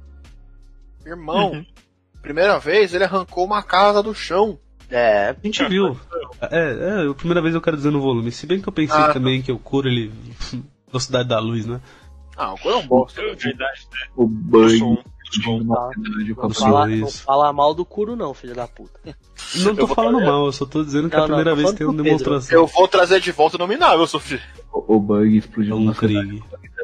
irmão, primeira vez ele arrancou uma casa do chão. É. A gente viu. É a primeira vez eu quero dizer no volume. Se bem que eu pensei também que eu curo ele Velocidade da Luz, né? O Coro é um bosta. Verdade, né? O Bug Som. Não fala mal do Kuro não, filho da puta. Não tô falando mal, eu só tô dizendo que é a primeira tô vez que falando tem uma pro Pedro. demonstração. Eu vou trazer de volta o Nominável, Sofia. O Bug explodiu Um uma Krieg.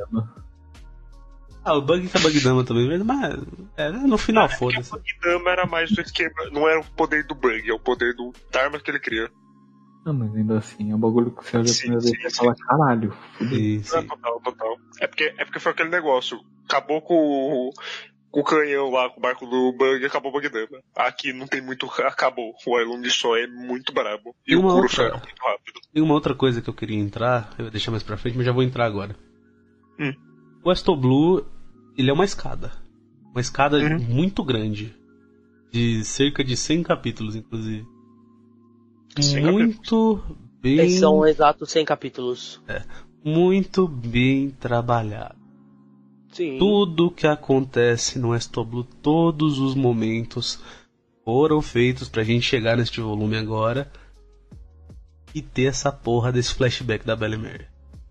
O Bug que é Bugdama também, mas no final foda-se. O Bugdama era mais do esquema, não era o poder do Bug, é o poder da arma que ele cria. Não, mas ainda assim, é um bagulho que você olha a primeira vez e fala, caralho, fudeu. Sim, sim. Total. É porque foi aquele negócio. Acabou com o canhão lá, com o barco do Bug, acabou o Bugdama. Aqui não tem muito. Acabou. O Arlong só é muito brabo. E Tem o uma Kuro outra- só é muito rápido. Tem uma outra coisa que eu queria entrar, eu vou deixar mais pra frente, mas já vou entrar agora. O Weston Blue, ele é uma escada. Uma escada muito grande. De cerca de 100 capítulos, inclusive. 100 Muito bem. São exatos 100 capítulos. Muito bem trabalhado. Sim. Tudo que acontece no Weston Blue, todos os momentos foram feitos pra gente chegar neste volume agora e ter essa porra desse flashback da Belle Mary.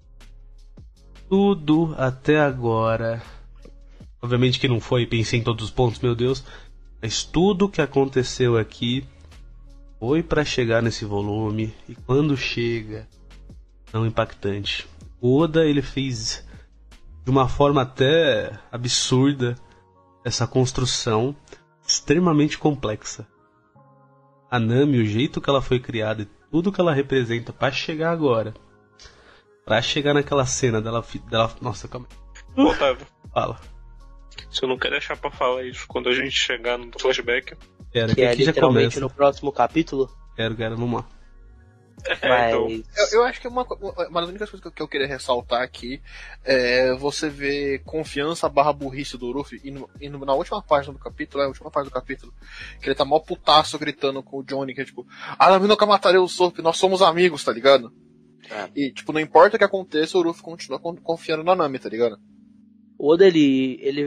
Tudo até agora. Obviamente que não foi, pensei em todos os pontos, meu Deus. Mas tudo que aconteceu aqui foi pra chegar nesse volume, e quando chega, tão impactante. O Oda, ele fez de uma forma até absurda essa construção extremamente complexa. A Nami, o jeito que ela foi criada e tudo que ela representa pra chegar agora, pra chegar naquela cena dela nossa, calma aí. Otávio, Fala. você não quer deixar pra falar isso quando a gente chegar no flashback? Quero, Que é aqui já literalmente começa. no próximo capítulo. Quero, vamos lá. Então, Mas... Eu acho que uma das únicas coisas que eu queria ressaltar aqui é você ver confiança barra burrice do Luffy na última página do capítulo, que ele tá mó putaço gritando com o Johnny, que é tipo, Nami nunca mataria o Sop, nós somos amigos, tá ligado? E tipo, não importa o que aconteça, o Luffy continua confiando na Nami, tá ligado? O Oda, ele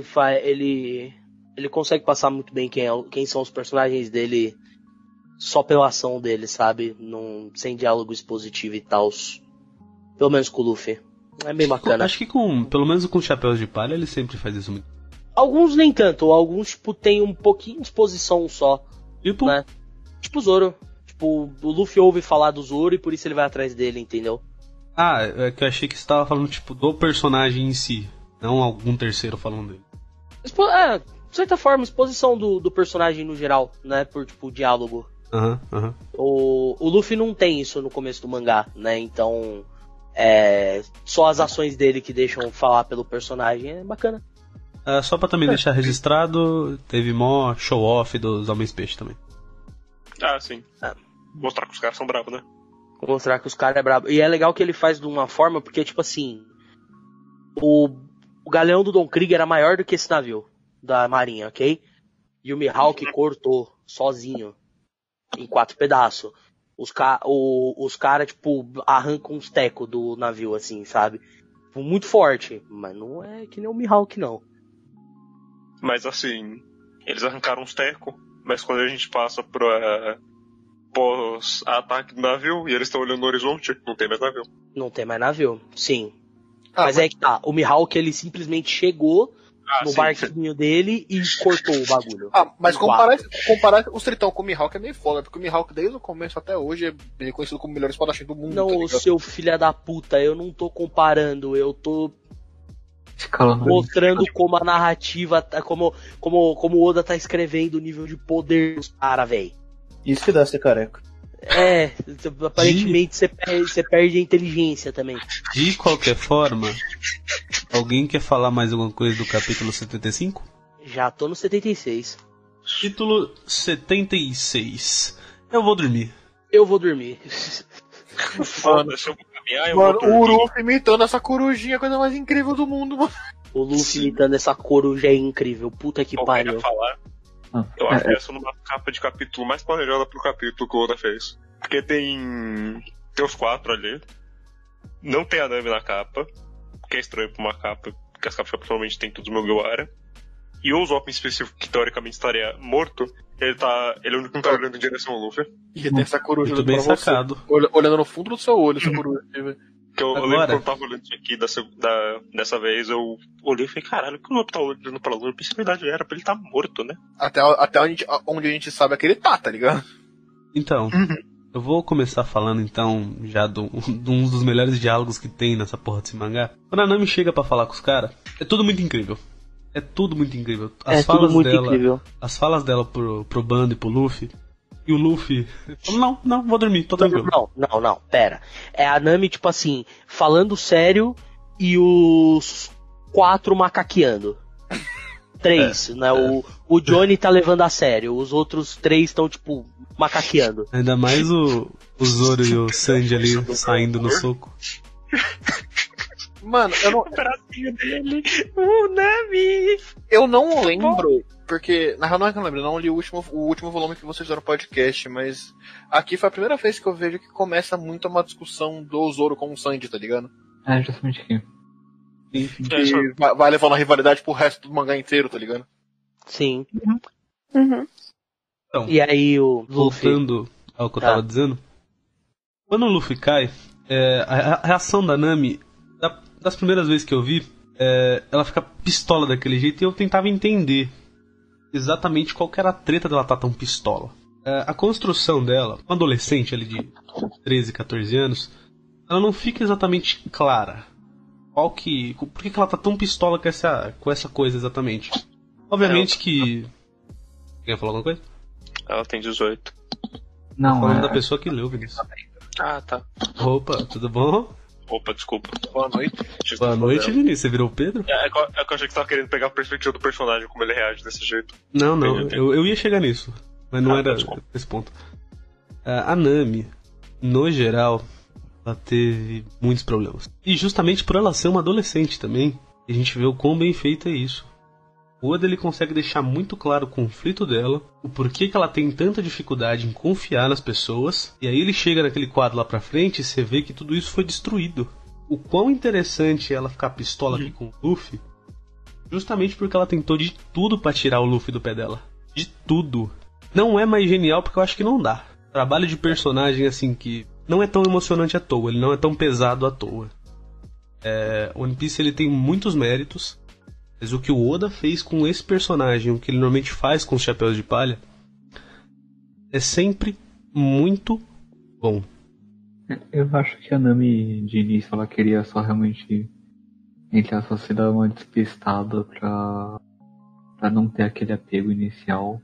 consegue passar muito bem quem são os personagens dele só pela ação dele, sabe? Sem diálogo expositivo e tal. Pelo menos com o Luffy. É bem bacana. Acho que pelo menos com Chapéus de Palha ele sempre faz isso muito. Alguns nem tanto, alguns tipo tem um pouquinho de exposição só. Tipo, né? Tipo o Zoro. Tipo, o Luffy ouve falar do Zoro e por isso ele vai atrás dele, entendeu? é que eu achei que você tava falando tipo do personagem em si, não algum terceiro falando dele. De certa forma, exposição do personagem no geral, né? Por tipo, diálogo. Aham. O Luffy não tem isso no começo do mangá, né? Então, só as ações dele que deixam falar pelo personagem é bacana. Só pra também deixar registrado, teve mó show-off dos Homens-Peixe também. Sim. Mostrar que os caras são bravos, né? Mostrar que os caras é brabo. E é legal que ele faz de uma forma, porque, tipo assim, o galeão do Don Krieg era maior do que esse navio da marinha, ok? E o Mihawk cortou sozinho em 4 pedaços. Os caras, tipo, arrancam uns tecos do navio, assim, sabe? Tipo, muito forte. Mas não é que nem o Mihawk, não. Mas assim, eles arrancaram uns tecos, mas quando a gente passa pra pós-ataque do navio e eles estão olhando no horizonte, não tem mais navio. Não tem mais navio, sim. Mas é que tá, o Mihawk, ele simplesmente chegou no barquinho dele e cortou o bagulho. Mas comparar os Tritão com o Mihawk é meio foda, porque o Mihawk desde o começo até hoje é reconhecido como o melhor espadachim do mundo. Não, tá seu filho da puta, eu não tô comparando, eu tô mostrando como a narrativa, como o Oda tá escrevendo o nível de poder dos caras, véi. Isso que dá ser careca. Aparentemente você perde a inteligência também. De qualquer forma, alguém quer falar mais alguma coisa do capítulo 75? Já tô no 76. Título 76. Eu vou dormir. Foda-se, eu vou caminhar, eu Mano, vou dormir. o Luffy imitando essa corujinha, a coisa mais incrível do mundo, mano. O Luffy imitando essa coruja é incrível. Puta que Alguém pariu. quer falar? Eu acho que essa é uma capa de capítulo mais planejada pro capítulo que o Oda fez. Porque tem os 4 ali. Não tem a Nami na capa, que é estranho pra uma capa, porque as capas provavelmente tem tudo no Mugiwara. E o Usopp em específico, que teoricamente estaria morto, ele é o único que não tá olhando em direção ao Luffy. E tem essa coruja Muito bem pra sacado. você, olhando no fundo do seu olho, essa coruja. Que eu lembro quando eu tava olhando isso aqui dessa vez, eu olhei e falei, caralho, o que o Luffy tá olhando pra lua? A possibilidade era pra ele estar morto, né? Até onde a gente sabe é que ele tá ligado? Então, eu vou começar falando então já de um dos melhores diálogos que tem nessa porra desse mangá. Quando a Nami chega pra falar com os caras, é tudo muito incrível. As falas dela pro bando e pro Luffy. E o Luffy fala, não, vou dormir, tô tranquilo. Não, pera. É a Nami, tipo assim, falando sério e os 4 macaqueando. 3, né? O Johnny tá levando a sério, os outros 3 estão, tipo, macaqueando. Ainda mais o Zoro e o Sanji ali saindo no soco. Mano, eu não. O bracinho dele, o Nami. Eu não lembro, porque, na real não é que eu lembro, eu não li o último volume que vocês fizeram no podcast, mas aqui foi a primeira vez que eu vejo que começa muito uma discussão do Zoro com o Sanji, tá ligado? Justamente aqui. Enfim. Que vai levando a rivalidade pro resto do mangá inteiro, tá ligado? Sim. Uhum. Então, E aí o Luffy... voltando ao que eu tava dizendo, quando o Luffy cai, a reação da Nami, das primeiras vezes que eu vi, ela fica pistola daquele jeito e eu tentava entender exatamente qual que era a treta dela estar tão pistola. A construção dela, uma adolescente ali de 13, 14 anos, ela não fica exatamente clara. Por que ela tá tão pistola com essa coisa exatamente? Obviamente que... Quer falar alguma coisa? Ela tem 18. Não, Falando da pessoa que leu, Vinícius. Ah, tá. Opa, tudo bom? Opa, desculpa. Boa noite. Boa noite, Vinícius. Você virou o Pedro? É que eu achei que você tava querendo pegar a perspectiva do personagem, como ele reage desse jeito. Não, eu ia chegar nisso, mas não era desculpa. esse ponto. A Nami, no geral, ela teve muitos problemas. E justamente por ela ser uma adolescente também, a gente vê o quão bem feito é isso. O Oda ele consegue deixar muito claro o conflito dela, o porquê que ela tem tanta dificuldade em confiar nas pessoas, e aí ele chega naquele quadro lá pra frente e você vê que tudo isso foi destruído. O quão interessante é ela ficar pistola aqui com o Luffy, justamente porque ela tentou de tudo pra tirar o Luffy do pé dela. De tudo. Não é mais genial porque eu acho que não dá. Trabalho de personagem assim que não é tão emocionante à toa, ele não é tão pesado à toa. One Piece ele tem muitos méritos, mas o que o Oda fez com esse personagem, o que ele normalmente faz com os Chapéus de Palha, é sempre muito bom. Eu acho que a Nami, de início, ela queria só realmente, entre aspas, se dar uma despistada pra não ter aquele apego inicial.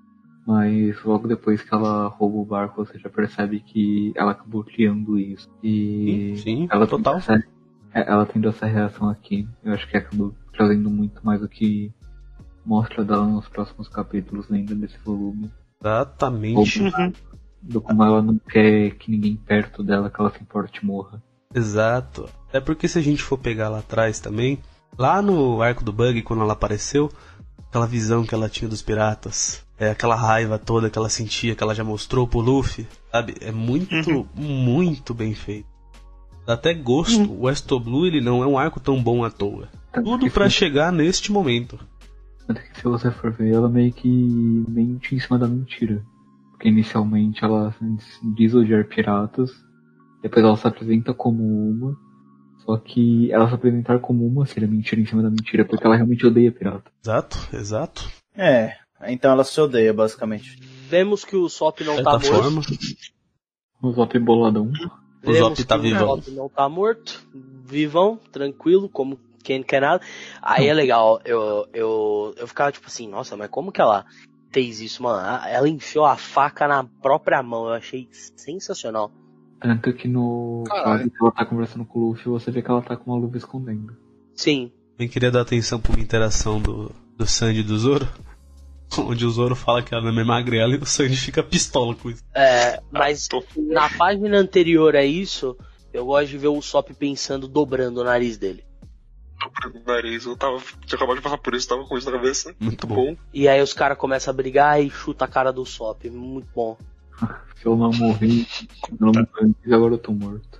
Mas logo depois que ela rouba o barco, você já percebe que ela acabou criando isso. E Sim, ela total. Ela tendo essa reação aqui, eu acho que acabou trazendo muito mais do que mostra dela nos próximos capítulos ainda desse volume. Exatamente. Do como ela não quer que ninguém perto dela, que ela se importe e morra. Exato. Até porque se a gente for pegar lá atrás também, lá no arco do Bug, quando ela apareceu, aquela visão que ela tinha dos piratas, aquela raiva toda que ela sentia, que ela já mostrou pro Luffy, sabe? É muito, muito bem feito. Dá até gosto. O West Blue, ele não é um arco tão bom à toa. Tudo pra chegar neste momento. Tanto que se você for ver, ela meio que mente em cima da mentira. Porque inicialmente ela diz odiar piratas, depois ela se apresenta como uma, só que ela se apresentar como uma seria mentira em cima da mentira, porque ela realmente odeia pirata. Exato. Então ela se odeia, basicamente. Vemos que o Sop não tá morto. Forma. O Zop boladão. O Zop tá vivão. O Sop não tá morto, vivão, tranquilo, como quem não quer nada. Aí é legal, eu ficava tipo assim, nossa, mas como que ela fez isso, mano? Ela enfiou a faca na própria mão, eu achei sensacional. Tanto que no quadro que ela tá conversando com o Luffy, você vê que ela tá com uma luva escondendo. Sim. Eu queria dar atenção pra uma interação do Sanji e do Zoro, onde o Zoro fala que ela não é magrela e o Sanji fica pistola com isso. Mas na página anterior a isso, eu gosto de ver o Sop pensando, dobrando o nariz dele. Dobrando o nariz, tinha acabado de passar por isso, tava com isso na cabeça. Muito bom. E aí os caras começam a brigar e chuta a cara do Sop, muito bom. Se eu não morri, agora eu tô morto.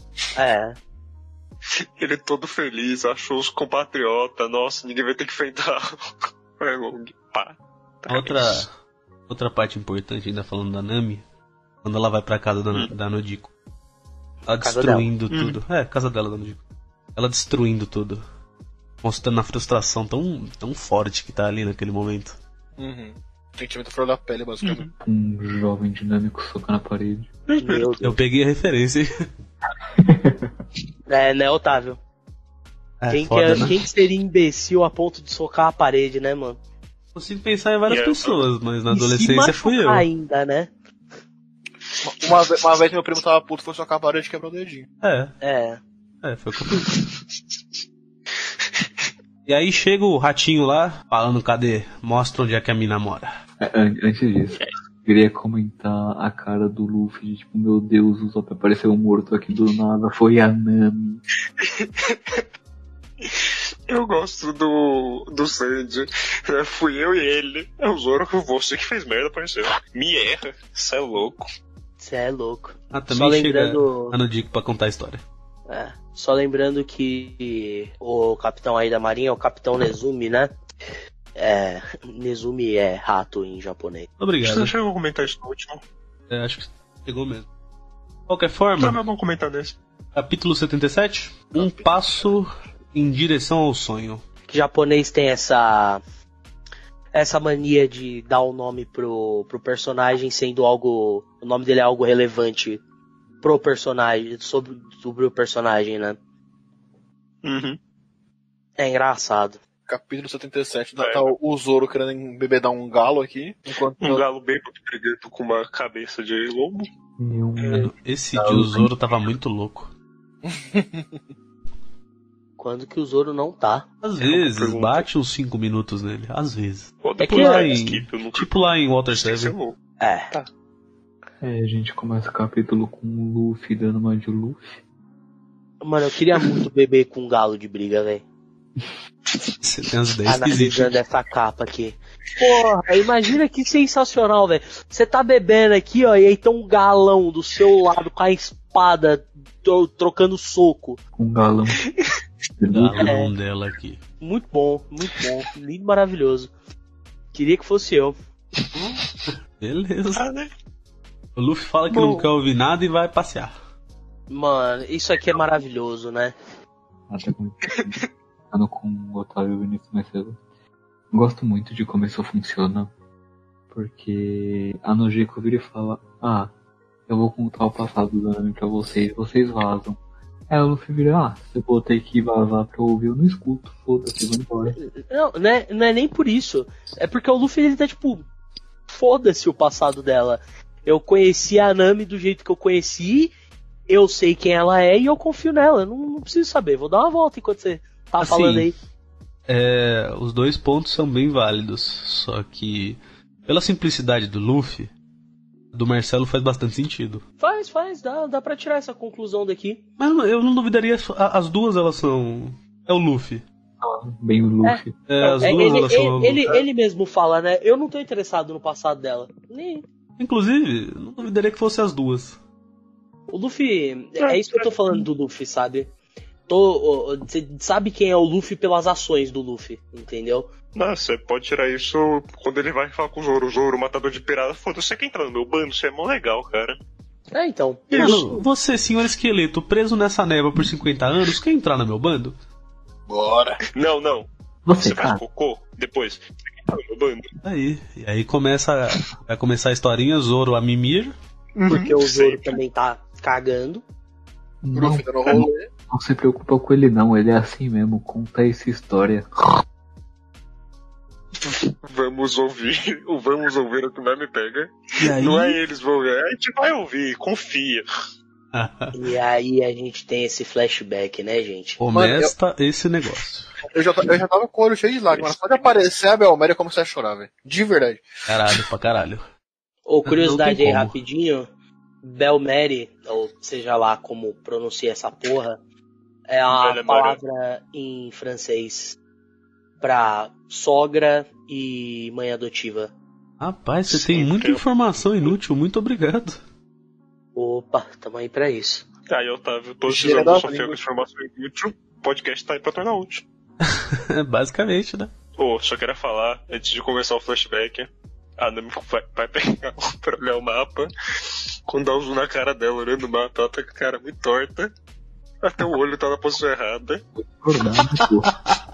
Ele todo feliz, achou os compatriotas, nossa, ninguém vai ter que enfrentar o Arlong. Pá. Outra parte importante, ainda falando da Nami, quando ela vai pra casa da Nodiko. Ela destruindo tudo. Casa dela, da Nodiko. Ela destruindo tudo. Mostrando a frustração tão forte que tá ali naquele momento. Sentimento flor da pele, basicamente. Um jovem dinâmico socando a parede. Eu peguei a referência. Né, Otávio? Quem seria imbecil a ponto de socar a parede, né, mano? Consigo pensar em várias pessoas, mas na adolescência fui eu. Ainda, né? Uma vez meu primo tava puto, foi socar a parede e quebrou o dedinho. Foi o que eu fiz. E aí chega o ratinho lá, falando, cadê? Mostra onde é que a mina mora. Antes disso, eu queria comentar a cara do Luffy, de tipo, meu Deus, o Zop apareceu morto aqui do nada, foi a Nami. Eu gosto do Sanji. Fui eu e ele. É o Zoro, você que fez merda, parceiro. Me erra, cê é louco. Também chega a Nodiko pra contar a história. Só lembrando que o capitão aí da marinha é o capitão Nezumi, né? Nezumi é rato em japonês. Obrigado. Você chegou a comentar isso no último? Acho que chegou mesmo. De qualquer forma, Não, vamos comentar desse. Capítulo 77, um passo em direção ao sonho. Que japonês tem essa essa mania de dar o nome pro personagem sendo algo... O nome dele é algo relevante pro personagem, sobre o personagem, né? Uhum. É engraçado. Capítulo 77, tá o Zoro querendo embebedar um galo aqui. Enquanto Um galo bem briguento com uma cabeça de lobo. Mano, esse dia o Zoro tava muito louco. Quando que o Zoro não tá? Às vezes, bate uns 5 minutos nele. Às vezes. É Tipo que lá é- em, tipo lá em Water 7. É. A gente começa o capítulo com o Luffy dando uma de Luffy. Mano, eu queria muito beber com um galo de briga, velho. Você tem as ideias Analisando esquisitas. essa capa aqui. Porra, imagina que sensacional, velho. Você tá bebendo aqui, ó, e aí tem um galão do seu lado com a espada trocando soco. Com um galão. Galão dela aqui. Muito bom, lindo, maravilhoso. Queria que fosse eu. Beleza. O Luffy fala que não quer ouvir nada e vai passear. Mano, isso aqui é maravilhoso, né? Até comentando com o Otávio e o Vinícius mais cedo. Gosto muito de como isso funciona. Porque a Nojiko vira e fala: ah, eu vou contar o passado do Nami pra vocês vazam. Aí o Luffy vira: se eu vou ter que vazar pra eu ouvir, eu não escuto. Foda-se, vou embora. Não é nem por isso. É porque o Luffy, ele tá tipo, foda-se o passado dela. Eu conheci a Nami do jeito que eu conheci, eu sei quem ela é e eu confio nela. Eu não preciso saber, vou dar uma volta enquanto você tá Assim, falando aí. Os dois pontos são bem válidos. Só que, pela simplicidade do Luffy, do Marcelo faz bastante sentido. Faz, dá pra tirar essa conclusão daqui. Mas eu não duvidaria, as duas elas são... É o Luffy. Bem o Luffy. As duas elas são o Luffy. Ele mesmo fala, né? Eu não tô interessado no passado dela. Nem. Inclusive, não duvidaria que fossem as duas. O Luffy. É isso que eu tô falando do Luffy, sabe? Você sabe quem é o Luffy pelas ações do Luffy, entendeu? Não, você pode tirar isso quando ele vai falar com o Zoro, matador de pirata. Foda-se, você quer entrar no meu bando? Você é mó legal, cara. É, então. Mano, você, senhor esqueleto, preso nessa névoa por 50 anos, quer entrar no meu bando? Bora. Não. Você faz cocô depois. Você quer entrar no meu bando? E aí vai começar a historinha, Zoro a mimir. Porque o Zoro sempre. também tá cagando. Não, Luffy dando rolê. não se preocupa com ele não, ele é assim mesmo, conta essa história. Vamos ouvir o que vai me pega. E aí... Não é eles vão ver, a gente vai ouvir, confia. E aí a gente tem esse flashback, né, gente? Começa esse negócio. Eu já tava com o olho cheio de lágrimas. Só de aparecer a Belméria eu comecei a chorar, velho. De verdade. Caralho, pra caralho. Ô, curiosidade Não tem aí como. rapidinho. Belmeri, ou seja lá como pronuncia essa porra, é a Velha palavra em francês pra sogra e mãe adotiva. Rapaz, você tem muita informação inútil, muito obrigado. Opa, tamo aí pra isso. Aí, Otávio, todos Chega esses da anos só língua. com informação inútil. O podcast tá aí pra tornar útil. Basicamente, né? Só queria falar, antes de começar o flashback, a Nami vai pegar pra olhar o mapa. Quando dá um zoom na cara dela olhando o mapa, ela tá com a cara muito torta. Até o olho tá na posição errada. Verdade, pô.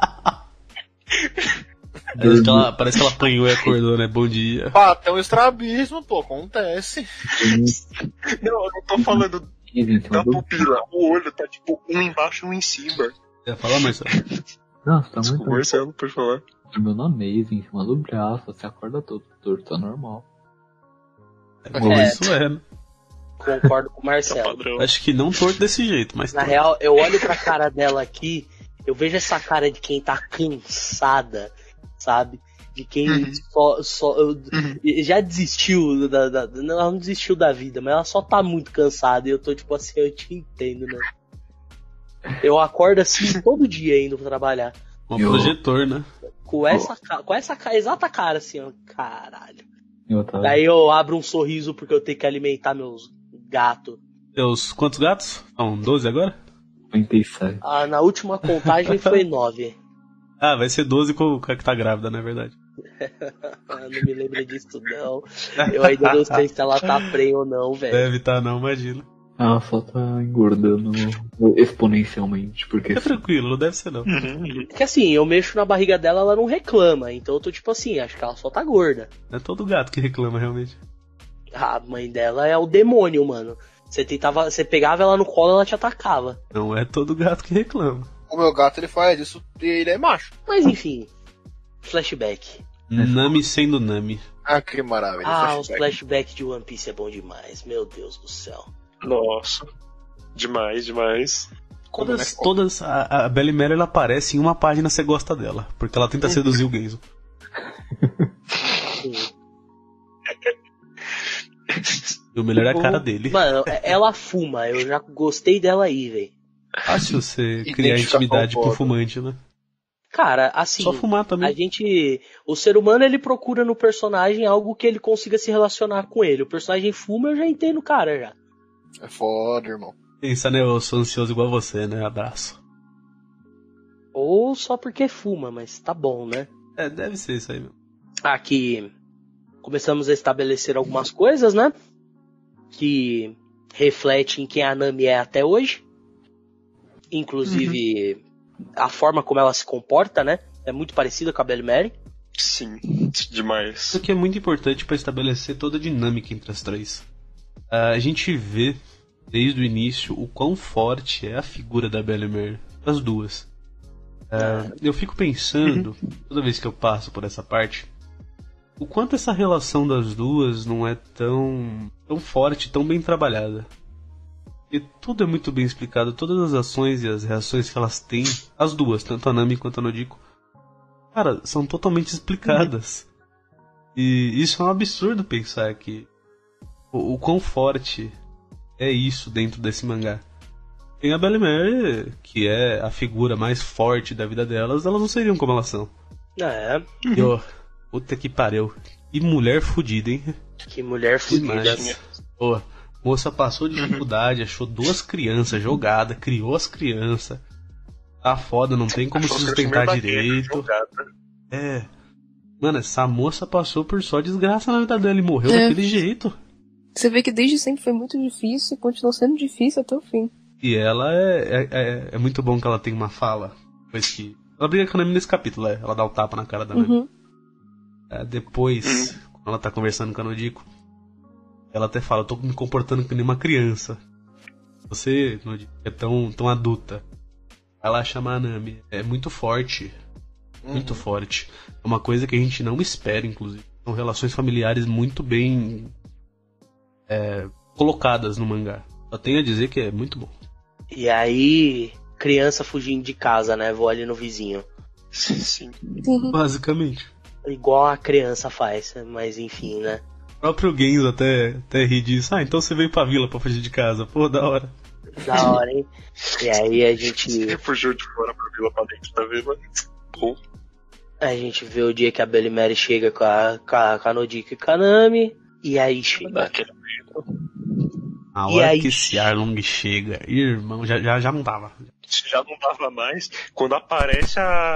Parece que ela apanhou e acordou, né? Bom dia. Pá, tem um estrabismo, pô, acontece. Não, eu não tô falando Em da cima do... pupila. O olho tá tipo um embaixo e um em cima. Quer falar, Marcelo? Não, você tá Desculpa, muito... Marcelo, pode falar. Dormiu na mesa, em cima do braço, você acorda todo torto, tá normal. Isso é, né? Concordo com o Tá Marcelo. padrão. Acho que não torto desse jeito, mas Na torto. real, eu olho pra cara dela aqui, eu vejo essa cara de quem tá cansada, sabe? De quem já desistiu não, ela não desistiu da vida, mas ela só tá muito cansada e eu tô tipo assim, eu te entendo, né? Eu acordo assim todo dia indo pra trabalhar. Um projetor, né? Com essa exata cara assim, ó, caralho. Eu tava... Daí eu abro um sorriso porque eu tenho que alimentar meus gatos. Teus quantos gatos? São 12 agora? 97. Ah, na última contagem foi 9. Ah, vai ser 12 com a que tá grávida, não é verdade? Não me lembro disso não. Eu ainda não sei se ela tá prenha ou não, velho. Deve tá, não, imagina. Ela só tá engordando exponencialmente, porque É tranquilo, não deve ser não. É que assim, eu mexo na barriga dela, ela não reclama. Então eu tô tipo assim, acho que ela só tá gorda. É todo gato que reclama, realmente. A mãe dela é o demônio, mano. Você pegava ela no colo, ela te atacava. Não é todo gato que reclama. O meu gato, ele faz isso e ele é macho. Mas enfim, flashback. Nami sendo Nami. Ah, que maravilha. Ah, os flashbacks de One Piece é bom demais, meu Deus do céu. Nossa. Demais, demais. Todas a Belly Mary ela aparece em uma página você gosta dela, porque ela tenta seduzir o Genzo. E o melhor é a cara dele. Mano, ela fuma, eu já gostei dela aí, velho. Fácil você criar intimidade com o fumante, né? Cara, assim, só fumar também. O ser humano ele procura no personagem algo que ele consiga se relacionar com ele. O personagem fuma, eu já entendo o cara já. É foda, irmão. Pensa, né? Eu sou ansioso igual você, né? Abraço. Ou só porque fuma, mas tá bom, né? É, deve ser isso aí mesmo. Aqui começamos a estabelecer algumas coisas, né? Que refletem quem a Nami é até hoje. Inclusive, a forma como ela se comporta, né? É muito parecida com a Belly Mary. Sim, demais. Isso aqui é muito importante para estabelecer toda a dinâmica entre as três. A gente vê, desde o início, o quão forte é a figura da Belly Mary. Das duas. Eu fico pensando, toda vez que eu passo por essa parte, o quanto essa relação das duas não é tão forte, tão bem trabalhada. E tudo é muito bem explicado, todas as ações e as reações que elas têm, as duas, tanto a Nami quanto a Nodiko, cara, são totalmente explicadas. E isso é um absurdo pensar que o quão forte é isso dentro desse mangá. Tem a Belly Mary, que é a figura mais forte da vida delas, elas não seriam como elas são. É. E ó, puta que pariu. Que mulher fodida, hein? Que mulher fodida. Pô, moça passou dificuldade, achou 2 crianças jogadas, criou as crianças. Tá foda, não tem como se sustentar direito. É. Mano, essa moça passou por só desgraça na vida dela e morreu daquele jeito. Você vê que desde sempre foi muito difícil e continuou sendo difícil até o fim. E ela é muito bom que ela tem uma fala. Depois que. Ela briga com a Nami nesse capítulo, ela dá o tapa na cara da Nami. Depois, quando ela tá conversando com a Nodiko, ela até fala, eu tô me comportando que nem uma criança. Você, Nodiko, é tão adulta. Ela chama a Nami. É muito forte. Muito forte. É uma coisa que a gente não espera, inclusive. São relações familiares muito bem colocadas no mangá. Só tenho a dizer que é muito bom. E aí, criança fugindo de casa, né? Vou ali no vizinho. Sim. Basicamente. Igual a criança faz, mas enfim, né? O próprio Genzo até ri disso. Ah, então você veio pra vila pra fugir de casa. Pô, da hora. Da hora, hein? E aí a gente... Você fugiu de fora pra vila pra dentro da vila. Bom. A gente vê o dia que a Belly Mary chega com a Nodiko e com a Nami. E aí chega... A hora que esse Arlong chega, irmão, já não dava. Já não dava mais. Quando aparece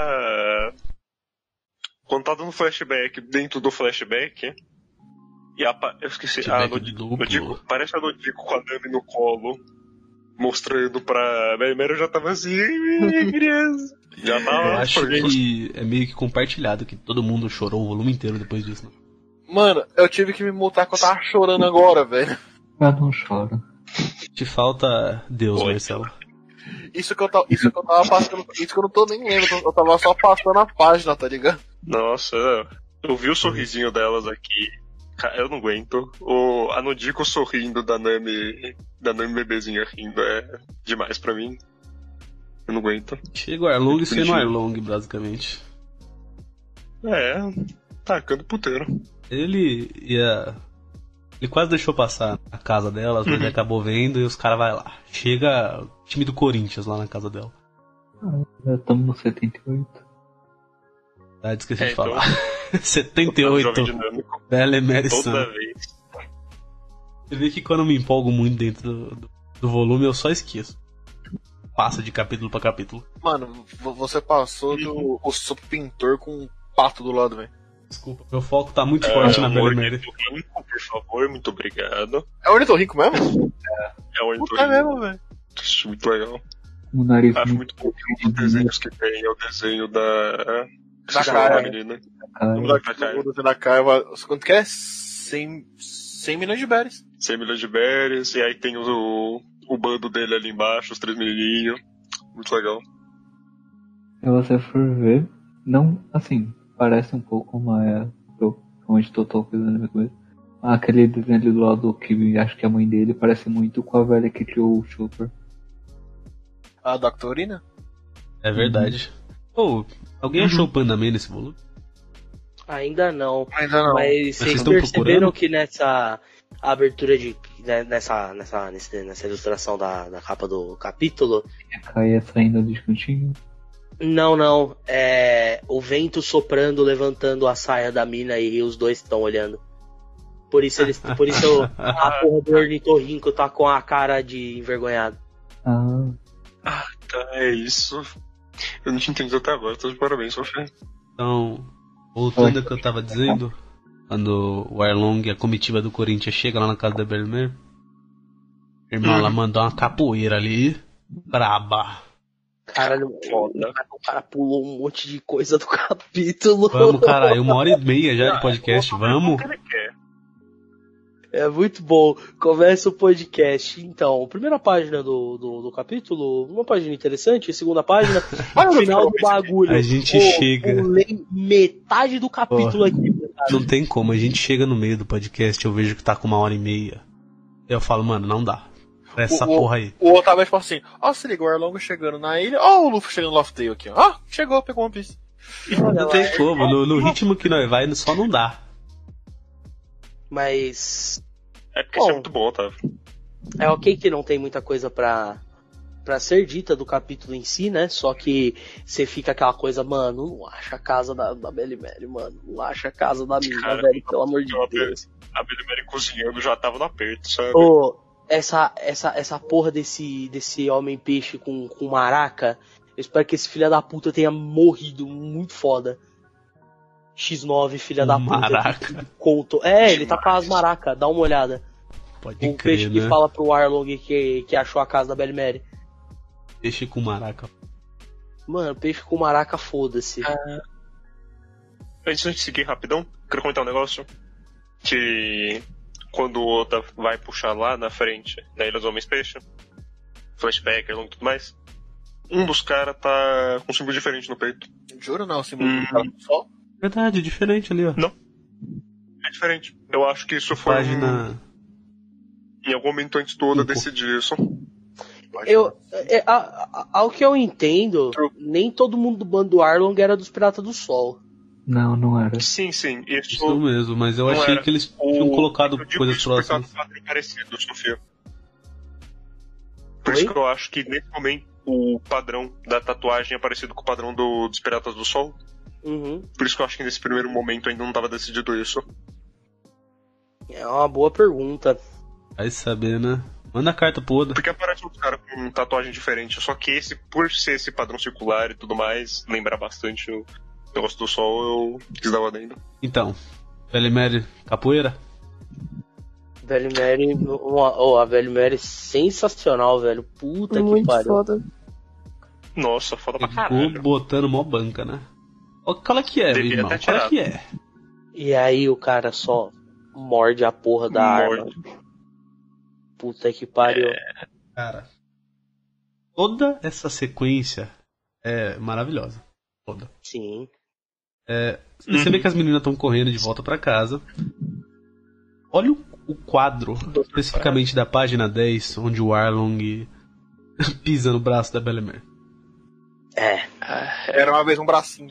quando tá dando flashback dentro do flashback. Eu esqueci. Nodiko, parece a Nodiko com a Nami no colo. Mostrando pra Belly Mary, eu já tava assim, criança. Já tava. Eu acho que é meio que compartilhado, que todo mundo chorou o volume inteiro depois disso. Né? Mano, eu tive que me multar que eu tava chorando agora, velho. Eu não choro. Te falta Deus, Marcelo. Isso que eu tava passando. Isso que eu não tô nem lendo. Eu tava só passando a página, tá ligado? Nossa, eu vi o sorrisinho delas aqui. Eu não aguento. A Nodiko sorrindo da Nami bebezinha rindo é demais pra mim. Eu não aguento. Chega o Arlong sendo Arlong, basicamente. Tacando puteiro. Ele quase deixou passar a casa delas, mas ele acabou vendo e os caras vai lá. Chega o time do Corinthians lá na casa dela. Já estamos no 78. Esqueci de falar. 78. Belly Mary toda vez. Você vê que quando eu me empolgo muito dentro do volume, eu só esqueço. Passa de capítulo pra capítulo. Mano, você passou o seu pintor com um pato do lado, velho. Desculpa, meu foco tá muito forte na Belly Mary. Por favor, muito obrigado. É ornitorrinco mesmo? É o Puta ornitorrinco. mesmo, velho. Acho muito legal. Um nariz Acho muito muito bom que um dos desenhos que tem é o desenho da cara. menina. cara. O desenho da Kaiba, quanto que é? 100 milhões de berries. 100 milhões de berries, e aí tem o bando dele ali embaixo, os 3 menininhos. Muito legal. Se você for ver, não, assim, parece um pouco mais. Realmente tô coisa na minha cabeça. Aquele desenho ali do lado que acho que é a mãe dele parece muito com a velha que criou o Chopper. A Doctorina? É verdade. Alguém achou o Panda Man nesse volume? Ainda não. Ainda não. Mas vocês vocês estão perceberam procurando? que nessa abertura nessa ilustração da capa do capítulo, Caia saindo do cantinho. não, é o vento soprando, levantando a saia da mina e os dois estão olhando. Por isso a porra do ornitorrinco tá com a cara de envergonhado. Tá, é isso. Eu não tinha entendido até agora, então parabéns, Sofia. Então, voltando ao que eu tava dizendo, quando o Arlong e a comitiva do Corinthians chega lá na casa da Belmer, irmão, ela mandou uma capoeira ali, braba. Caralho, o cara pulou um monte de coisa do capítulo. Vamos, caralho, 1h30 já de podcast, vamos? É muito bom. Começa o podcast. Então, primeira página do capítulo, uma página interessante. Segunda página, no final do bagulho. A gente chega. Eu leio metade do capítulo aqui. Não tem como, a gente chega no meio do podcast, eu vejo que tá com 1h30. Eu falo, mano, não dá. Essa porra aí. O Otávio fala assim, se liga, o Arlong chegando na ilha, o Luffy chegando no Loft Tail aqui, ó. Chegou, pegou One Piece. Não tem como, no ritmo que nós vai, só não dá. Mas É porque isso é muito bom, Otávio. é ok que não tem muita coisa pra ser dita do capítulo em si, né? Só que você fica aquela coisa, mano, não acha a casa da Belly Mary, mano. Não acha a casa da mina, Cara, velho, pelo amor de Deus. A Billy Mary cozinhando já tava no aperto, sabe? Essa porra desse homem peixe com maraca, eu espero que esse filho da puta tenha morrido muito foda. X9, filha da puta. Maraca. Couto. Ele tá com as maracas, dá uma olhada. Pode O crer, peixe né? que fala pro Arlong que achou a casa da Belly Mary. Peixe com maraca. Mano, peixe com maraca, foda-se. Antes de seguir rapidão, quero comentar um negócio. Que quando o Ota vai puxar lá na frente, na Ilha dos Homens Peixe, flashback, Arlong e tudo mais, um dos caras tá com um símbolo diferente no peito. Juro não, símbolo do cara do sol? Verdade, diferente ali, ó. Não. É diferente. Eu acho que isso foi Página. em algum momento antes do Oda decidir isso. Ao que eu entendo, nem todo mundo do bando do Arlong era dos Piratas do Sol. Não era. Sim. Isso mesmo, mas eu Não achei era. que eles tinham colocado eu digo coisas isso por causa próximas. do quadrinho parecido, Sofia. Por isso que eu acho que nesse momento o padrão da tatuagem é parecido com o padrão dos Piratas do Sol. Uhum. Por isso que eu acho que nesse primeiro momento ainda não estava decidido isso. É uma boa pergunta. Vai saber, né? Manda a carta pro Oda. Porque aparece outro cara com tatuagem diferente. Só que esse, por ser esse padrão circular e tudo mais, lembrar bastante o negócio do sol, eu quis dar o adendo. Então, Belly Mary, capoeira? Velho Mary, a Velho Mary sensacional, velho. Puta que Muito pariu. foda. Nossa, foda pra Ficou caralho. botando mó banca, né? Qual é que é, Devia irmão? ter Qual é tirado. que é? E aí o cara só morde a porra da arma. Puta que pariu. Cara, toda essa sequência é maravilhosa. Toda. Sim. Você vê que as meninas estão correndo de volta pra casa. Olha o quadro, especificamente da página 10, onde o Arlong pisa no braço da Belly Mary. Era uma vez um bracinho.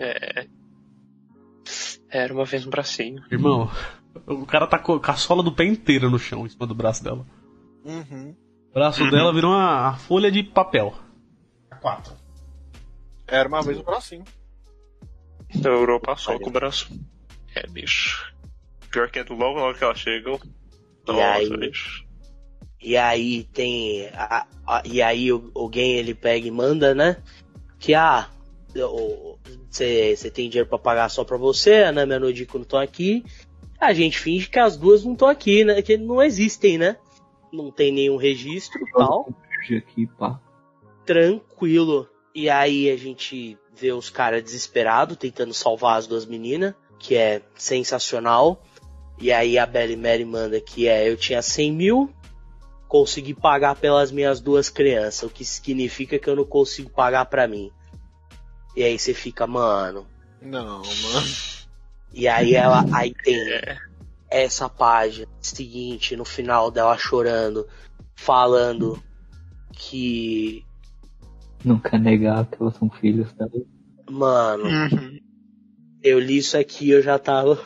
Era uma vez um bracinho. Irmão, o cara tá com a sola do pé inteira no chão, em cima do braço dela. Uhum. O braço dela virou uma folha de papel. 4. Era uma vez um bracinho. A Europa passou com o braço. Bicho. Pior que entra logo na hora que ela chega. Nossa, bicho. E aí tem. E aí alguém ele pega e manda, né? Que você tem dinheiro pra pagar só pra você, a Nami e a Nodiko não estão aqui. A gente finge que as duas não estão aqui, né? Que não existem, né? não tem nenhum registro e tal. Aqui, pá. Tranquilo. E aí a gente vê os caras desesperados tentando salvar as duas meninas, que é sensacional. E aí a Belly Mary manda que eu tinha 100 mil, consegui pagar pelas minhas duas crianças, o que significa que eu não consigo pagar pra mim. E aí você fica, mano. Não, mano. E aí aí tem essa página seguinte, no final dela chorando, falando que não quer negar que elas são filhas dela. Mano, eu li isso aqui, eu já tava.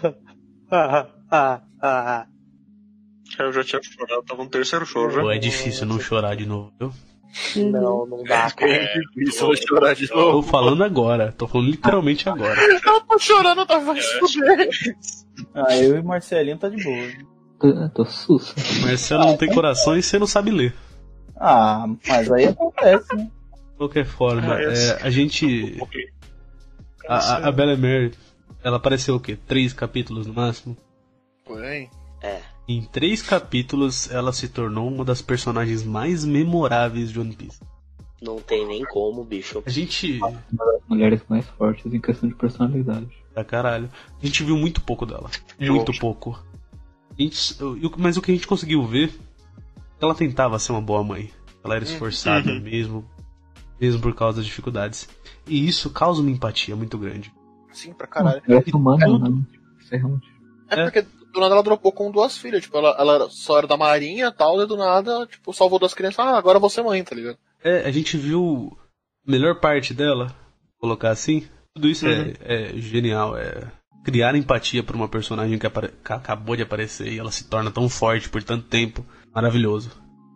Eu já tinha chorado, tava no terceiro choro já. Pô, é difícil não chorar de novo, viu? Não dá, cara. É difícil chorar de novo. Tô falando agora, tô falando literalmente agora. Eu tô chorando, tá mais fuder. Eu e Marcelinho tá de boa. Tô sussa. Marcelo não tem coração e você não sabe ler. Mas aí acontece, né? De qualquer forma, a gente. A Bella Mary, ela apareceu o quê? 3 capítulos no máximo? Porém. Em 3 capítulos, ela se tornou uma das personagens mais memoráveis de One Piece. Não tem nem como, bicho. A gente. Uma das mulheres mais fortes em questão de personalidade. Pra caralho. A gente viu muito pouco dela. Muito pouco. Mas o que a gente conseguiu ver, ela tentava ser uma boa mãe. Ela era esforçada mesmo por causa das dificuldades. E isso causa uma empatia muito grande. Sim, pra caralho. É humano, né? Porque do nada ela dropou com 2 filhas. Tipo, ela só era da marinha e tal, e do nada, tipo, salvou 2 crianças. Agora você é mãe, tá ligado? A gente viu a melhor parte dela, vou colocar assim. Tudo isso é genial. Criar empatia por uma personagem que acabou de aparecer e ela se torna tão forte por tanto tempo. Maravilhoso.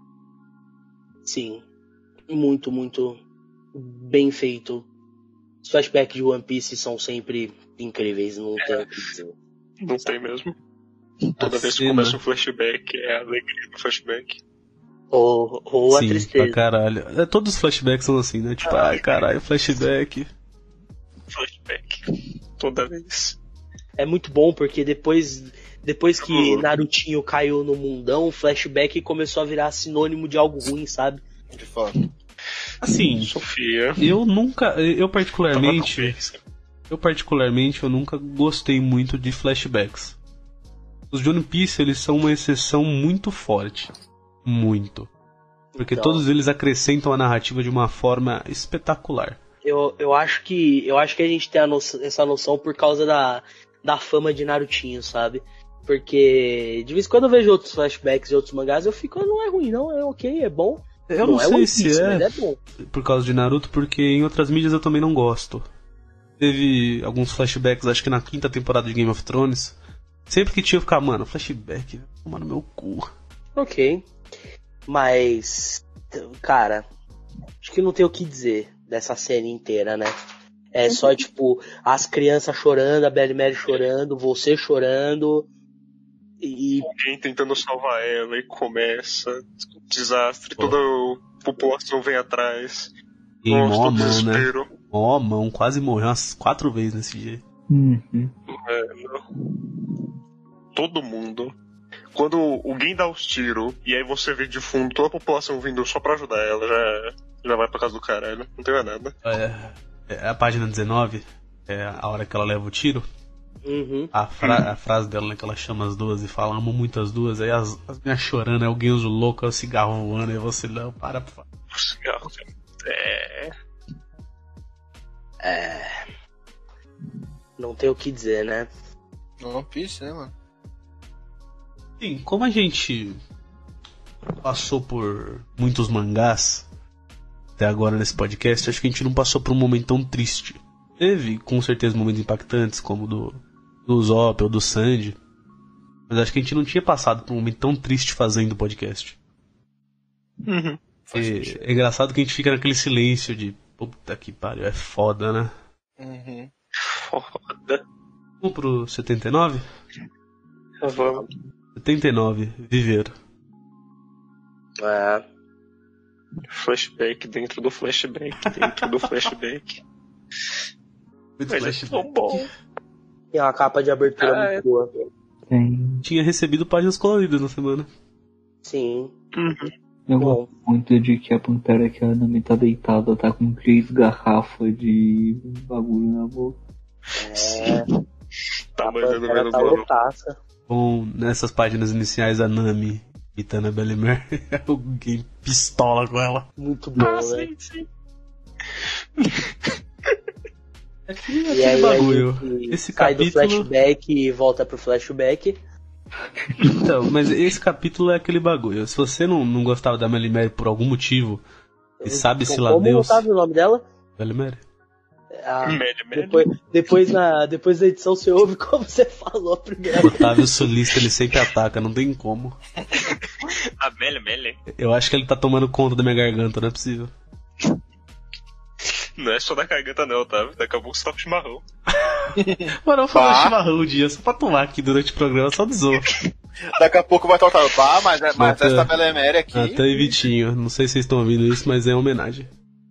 Sim. Muito, muito bem feito. Os flashbacks de One Piece são sempre incríveis, não tem o que dizer. Não tem mesmo. Toda vez que começa um flashback, é a alegria do flashback. Ou a Sim, tristeza. Pra caralho. Todos os flashbacks são assim, né? Tipo, ai caralho, flashback. Flashback. Toda vez. É muito bom porque depois que Narutinho caiu no mundão, o flashback começou a virar sinônimo de algo ruim, sabe? De fato. Assim, Sofia. Eu particularmente nunca gostei muito de flashbacks. Os de One Piece, eles são uma exceção muito forte. Muito. Porque todos eles acrescentam a narrativa de uma forma espetacular. Eu acho que a gente tem essa noção por causa da fama de Narutinho, sabe? Porque de vez em quando eu vejo outros flashbacks de outros mangás, eu fico, não é ruim, não, é ok, é bom. Eu não sei se mas é bom. Por causa de Naruto, porque em outras mídias eu também não gosto. Teve alguns flashbacks, acho que na 5ª temporada de Game of Thrones. Sempre que tinha eu ficava, mano, flashback, vai tomar no meu cu. Ok. Mas, cara, acho que não tem o que dizer dessa série inteira, né? É só, tipo, as crianças chorando, a Belly Mary chorando, você chorando. E alguém tentando salvar ela e começa um desastre, toda a população vem atrás. E mó mão, né? Mó mão, quase morreu umas 4 vezes nesse dia. Todo mundo. Quando alguém dá os tiros e aí você vê de fundo toda a população vindo só pra ajudar ela, já vai pra casa do caralho, não tem mais nada. A página 19, é a hora que ela leva o tiro. A frase dela, né, que ela chama as duas e fala, amo muito as duas, aí as minhas chorando, aí alguém usa o louco, é o cigarro voando, aí você não, para por favor. O cigarro, não tem o que dizer, né? One Piece, né, mano? Sim, como a gente passou por muitos mangás até agora nesse podcast, acho que a gente não passou por um momento tão triste. Teve, com certeza, momentos impactantes, como do Zop ou do Sandy, mas acho que a gente não tinha passado por um momento tão triste fazendo o podcast. É engraçado que a gente fica naquele silêncio de puta que pariu, é foda, né? Foda. Vamos pro 79? Vamos. 79, Viveiro. Flashback dentro do flashback, dentro do flashback. Muito Mas flashback. é tão bom. E uma capa de abertura muito boa. Tinha recebido páginas coloridas na semana. Sim. Eu Bom. gosto muito de que a Pantera que a Nami tá deitada, tá com 3 garrafas de bagulho na boca. Tá A mandando Pantera vendo tá bolo. loucaça. Bom, nessas páginas iniciais, a Nami imitando a Bellemere, alguém pistola com ela. Muito bom, né? Sim. Aquele E aí bagulho. a gente Esse sai do capítulo. flashback e volta pro flashback. Então, mas esse capítulo é aquele bagulho. Se você não gostava da Bellemere por algum motivo, e sabe-se lá Como Deus. não sabe o nome dela? Bellemere. Ah, Médio. depois da edição você ouve como você falou a primeira vez. Otávio Sulista, ele sempre ataca, não tem como. A Mele. Eu acho que ele tá tomando conta da minha garganta, não é possível. Não é só da garganta não, tá? Daqui a pouco você tá com chimarrão. Mano, eu falo chimarrão um dia só pra tomar aqui durante o programa, só de zoa. Daqui a pouco vai estar o pá, mas Mata- essa Bellemere aqui. Até e Vitinho, não sei se vocês estão ouvindo isso, mas é homenagem.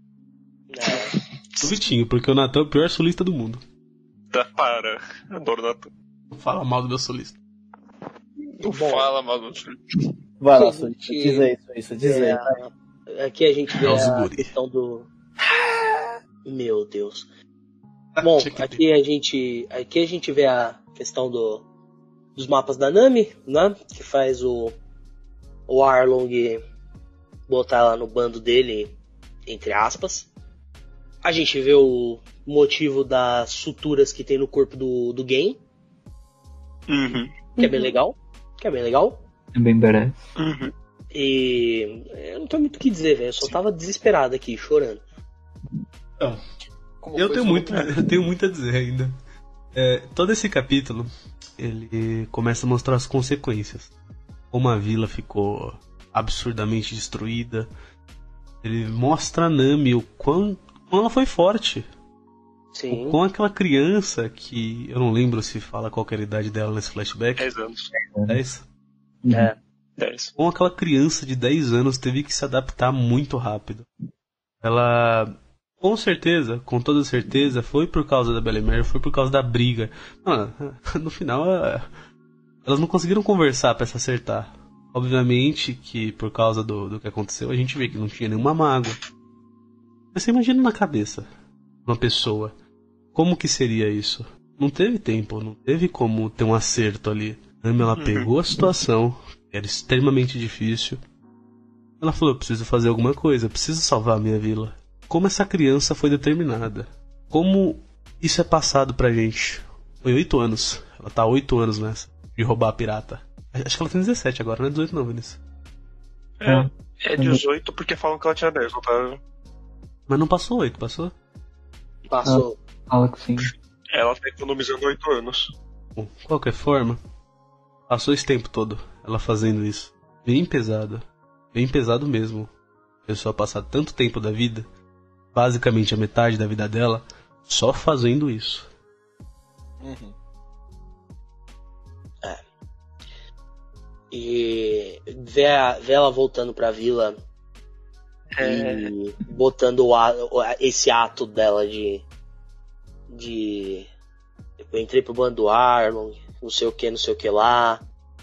O Vitinho, porque o Natan é o pior sulista do mundo. Tá, para. Adoro Natan. Não fala mal do meu sulista. Não fala, mano. Vai lá, Gente, Sulista. Diz aí, Sulista. Diz aí. Aqui a gente vê É os a guri. questão do... Meu Deus. Bom, Tinha que aqui a gente vê a questão dos mapas da Nami, né? Que faz o Arlong botar ela no bando dele, entre aspas. A gente vê o motivo das suturas que tem no corpo do Gen, que é bem legal. É bem badass. E eu não tenho muito o que dizer, velho. Eu só tava desesperado aqui, chorando. Então, Como eu foi tenho isso? muito a dizer ainda. Todo esse capítulo, ele começa a mostrar as consequências. Como a vila ficou absurdamente destruída. Ele mostra a Nami o quão ela foi forte. Sim. Com aquela criança que eu não lembro se fala qual que era a idade dela nesse flashback. 10 anos. 10? É. 10. Com aquela criança de 10 anos teve que se adaptar muito rápido. Ela, com certeza, com toda certeza, foi por causa da Bellemere, foi por causa da briga. No final, elas não conseguiram conversar pra se acertar. Obviamente que por causa do que aconteceu, a gente vê que não tinha nenhuma mágoa. Mas você imagina na cabeça de uma pessoa, como que seria isso? Não teve tempo, não teve como ter um acerto ali. Ela pegou a situação, era extremamente difícil. Ela falou, eu preciso fazer alguma coisa, eu preciso salvar a minha vila. Como essa criança foi determinada. Como isso é passado pra gente. Foi 8 anos. Ela tá há 8 anos nessa, de roubar a pirata. Acho que ela tem 17 agora, não é 18 não, Vinícius. É 18 porque falam que ela tinha 10, Otávio. Mas não passou 8, passou? Passou. Fala que sim. Ela tá economizando 8 anos. Bom, de qualquer forma, passou esse tempo todo ela fazendo isso. Bem pesado mesmo. A pessoa passar tanto tempo da vida, basicamente a metade da vida dela, só fazendo isso. E ver ela voltando pra vila e botando esse ato dela de eu entrei pro bando do Arlong, não sei o que lá,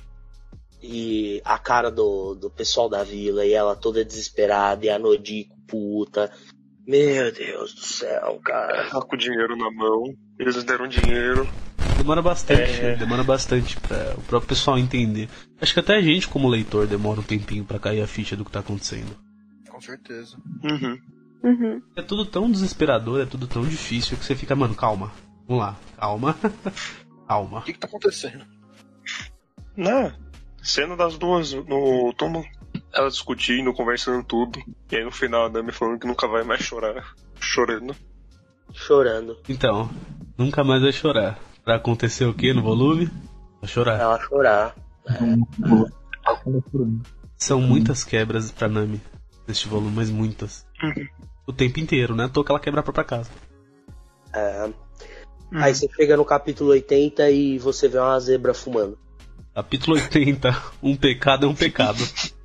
e a cara do pessoal da vila e ela toda desesperada e a Nodico puta. Meu Deus do céu, cara. Ela com o dinheiro na mão, eles deram dinheiro. Demora bastante para o próprio pessoal entender. Acho que até a gente, como leitor, demora um tempinho pra cair a ficha do que tá acontecendo. Com certeza. É tudo tão desesperador, é tudo tão difícil que você fica, mano, calma. Vamos lá, calma. Calma. O que tá acontecendo? Não, cena das duas no túmulo, elas discutindo, conversando tudo. E aí no final a Nami falando que nunca vai mais chorar. Chorando. Então, nunca mais vai chorar. Pra acontecer o que no volume? Vai chorar. Ela chorar. São muitas quebras pra Nami neste volume, mas muitas. O tempo inteiro, né? À toa que ela quebra a própria casa. Aí você chega no capítulo 80 e você vê uma zebra fumando. Capítulo 80. Um pecado é um pecado.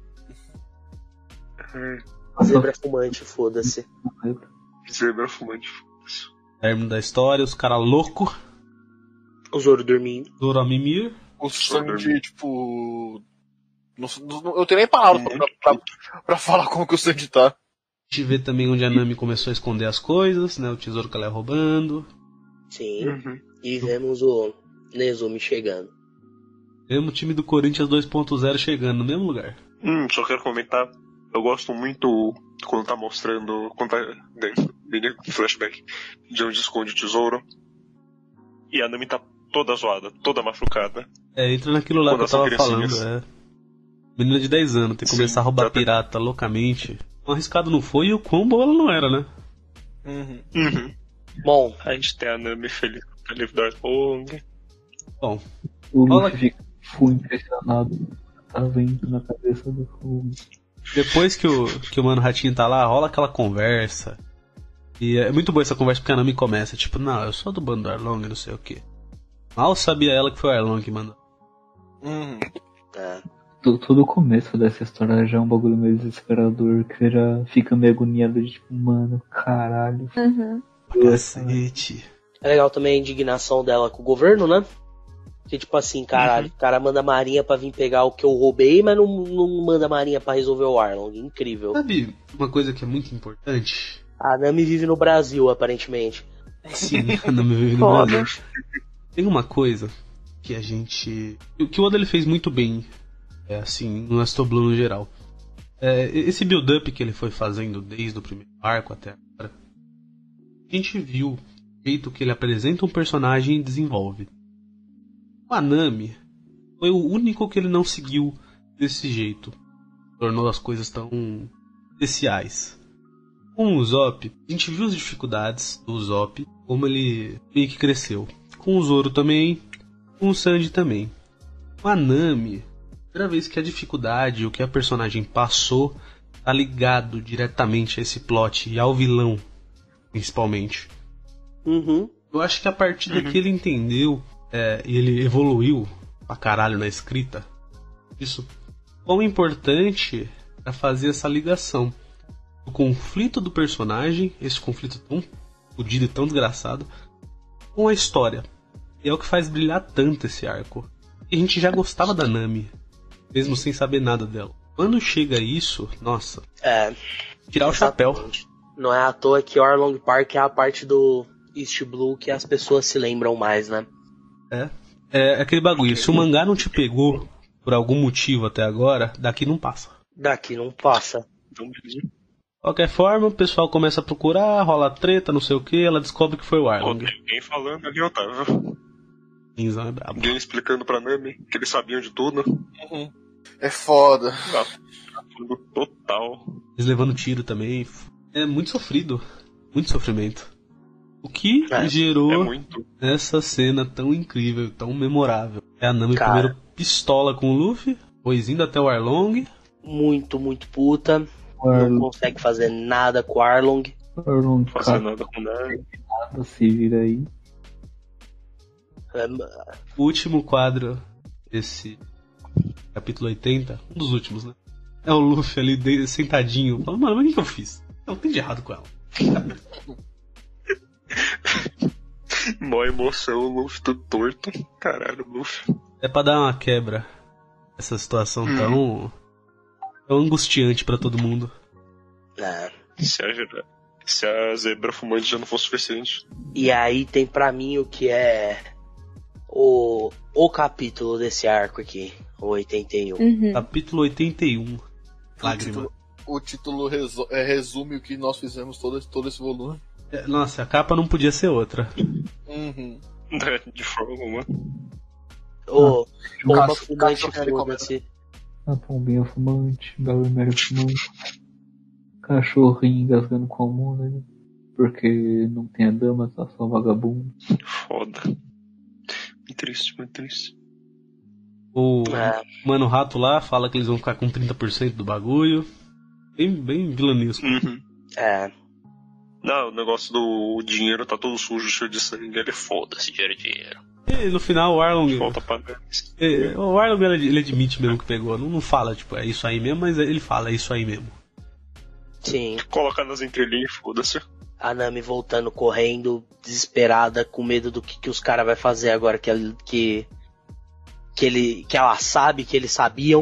Zebra fumante, foda-se. Zebra fumante. Término da história, os caras loucos. O Zoro dormindo. Zoro a mimir. O Sanji, tipo, Eu tenho nem palavras pra falar como que o Sanji tá. A gente vê também onde a Nami começou a esconder as coisas, né? O tesouro que ela ia roubando. Sim. E vemos o Nezumi chegando. Vemos o time do Corinthians 2.0 chegando no mesmo lugar. Só quero comentar. Eu gosto muito quando tá mostrando. Quando tá dentro do flashback de onde esconde o tesouro. E a Nami tá toda zoada, toda machucada. Entra naquilo lá Quando que eu tava elas são falando. criancinhas. Menina de 10 anos, tem que começar a roubar pirata loucamente. O arriscado não foi e o quão boa ela não era, né? Bom, A gente tem a Nami feliz com o livro do Arlong. Bom, O Rola- Luffy foi impressionado. Tá vendo na cabeça do fogo. depois que o Mano Ratinho tá lá, rola aquela conversa. E é muito boa essa conversa porque a Nami começa, tipo, não, eu sou do bando do Arlong, não sei o que. Mal sabia ela que foi o Arlong que mandou. Todo o começo dessa história já é um bagulho meio desesperador, que você já fica meio agoniado de tipo, mano, caralho. Cacete. é legal também a indignação dela com o governo, né? Que tipo assim, caralho, o cara manda a marinha pra vir pegar o que eu roubei, mas não manda a marinha pra resolver o Arlong. Incrível. Sabe uma coisa que é muito importante? A Nami vive no Brasil, aparentemente. Sim, a Nami vive no Foda. Brasil. Tem uma coisa que a gente... que o Oda ele fez muito bem, assim, no Astro Blue no geral. Esse build-up que ele foi fazendo desde o primeiro arco até agora, a gente viu o jeito que ele apresenta um personagem e desenvolve. O Nami foi o único que ele não seguiu desse jeito. Tornou as coisas tão especiais. Com o Zop, a gente viu as dificuldades do Zop, como ele meio que cresceu. Com o Zoro também, com o Sanji também. Com a Nami, primeira vez que a dificuldade, o que a personagem passou, tá ligado diretamente a esse plot e ao vilão, principalmente. Eu acho que a partir daqui ele entendeu, e ele evoluiu pra caralho na escrita, isso quão importante é fazer essa ligação. O conflito do personagem, esse conflito tão fodido e tão desgraçado, com a história. E é o que faz brilhar tanto esse arco. E a gente já gostava da Nami, mesmo sem saber nada dela. Quando chega isso, nossa, tirar o chapéu. Exatamente. Não é à toa que Orlong Park é a parte do East Blue que as pessoas se lembram mais, né? É aquele bagulho, se o mangá não te pegou por algum motivo até agora, daqui não passa. Daqui não passa. De qualquer forma, o pessoal começa a procurar, rola treta, não sei o que, ela descobre que foi o Arlong. Alguém falando ali, Otávio. Kenzão é brabo. Alguém explicando pra Nami que eles sabiam de tudo. É foda. Tudo total. Eles levando tiro também. É muito sofrido. Muito sofrimento. O que gerou muito. essa cena tão incrível, tão memorável. É a Nami Cara. primeiro pistola com o Luffy, depois indo até o Arlong. Muito puta. Não consegue fazer nada com o Arlong. Arlong, Fazer cara, nada com nada. se vira aí. O último quadro desse capítulo 80, um dos últimos, né? É o Luffy ali sentadinho. Falando, mano, mas o que eu fiz? Não tem de errado com ela. Mó emoção, o Luffy tudo torto. Caralho, Luffy. É pra dar uma quebra. Essa situação tão angustiante pra todo mundo. Se a zebra fumante já não fosse suficiente. E aí tem pra mim o que é o capítulo desse arco aqui, o 81. Capítulo 81. Lágrima. O título resume o que nós fizemos todo esse volume. Nossa, a capa não podia ser outra. De forma alguma. Bomba fumante, foda-se. A pombinha fumante, Galimero fumante, cachorrinho engasgando com a mão, né? Porque não tem a dama, tá só vagabundo. Foda. Muito triste, muito triste. O Mano Rato lá fala que eles vão ficar com 30% do bagulho. Bem vilanesco. Não, o negócio do dinheiro tá todo sujo, cheio de sangue. Ele foda-se, dinheiro. E no final o Arlong. Volta pra O Arlong ele admite mesmo que pegou. Não fala, tipo, é isso aí mesmo, mas ele fala, é isso aí mesmo. Sim. Colocar nas entrelinhas e foda-se. A Nami voltando, correndo, desesperada, com medo do que os caras vão fazer agora que ela sabe que eles sabiam.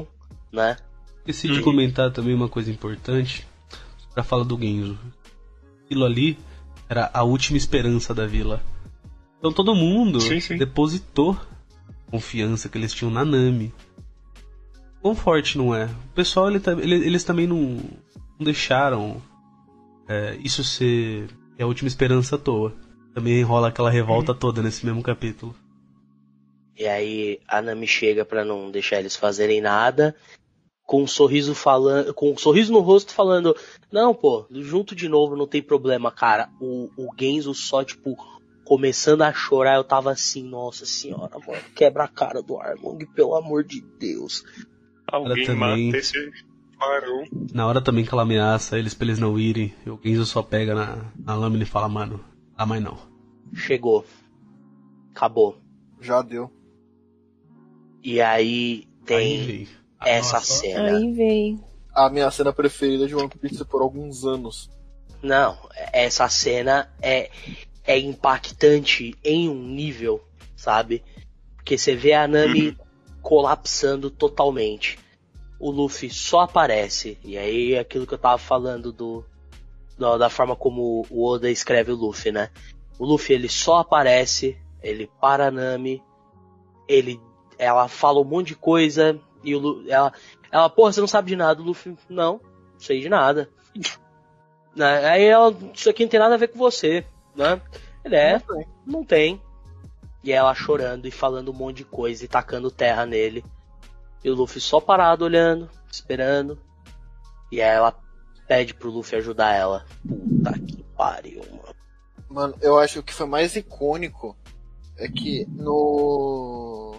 né? Esqueci de comentar também uma coisa importante pra falar do Genzo. Aquilo ali era a última esperança da vila. Então todo mundo depositou a confiança que eles tinham na Nami. Quão forte não é? O pessoal, eles também não deixaram isso ser a última esperança à toa. Também rola aquela revolta toda nesse mesmo capítulo. E aí a Nami chega pra não deixar eles fazerem nada, com um sorriso no rosto falando, não, pô, junto de novo, não tem problema, cara. O Genzo só, tipo, começando a chorar, eu tava assim, nossa senhora, mano, quebra a cara do Arlong, pelo amor de Deus. Alguém também, mata esse barão. Na hora também que ela ameaça eles pra eles não irem, o Genzo só pega na lâmina e fala, mano, mas não. Chegou. Acabou. Já deu. E aí tem Aí essa nossa, cena. Aí vem. A minha cena preferida de One Piece por alguns anos. Não, essa cena é impactante em um nível, sabe? Porque você vê a Nami colapsando totalmente. O Luffy só aparece. E aí é aquilo que eu tava falando da forma como o Oda escreve o Luffy, né? O Luffy, ele só aparece, ele para a Nami, ela fala um monte de coisa, e ela, porra, você não sabe de nada. O Luffy, não sei de nada. Aí ela, isso aqui não tem nada a ver com você, né? Ele não tem. E ela chorando e falando um monte de coisa e tacando terra nele. E o Luffy só parado olhando, esperando. E aí ela pede pro Luffy ajudar ela. Puta que pariu, mano. Mano, eu acho que o que foi mais icônico é que no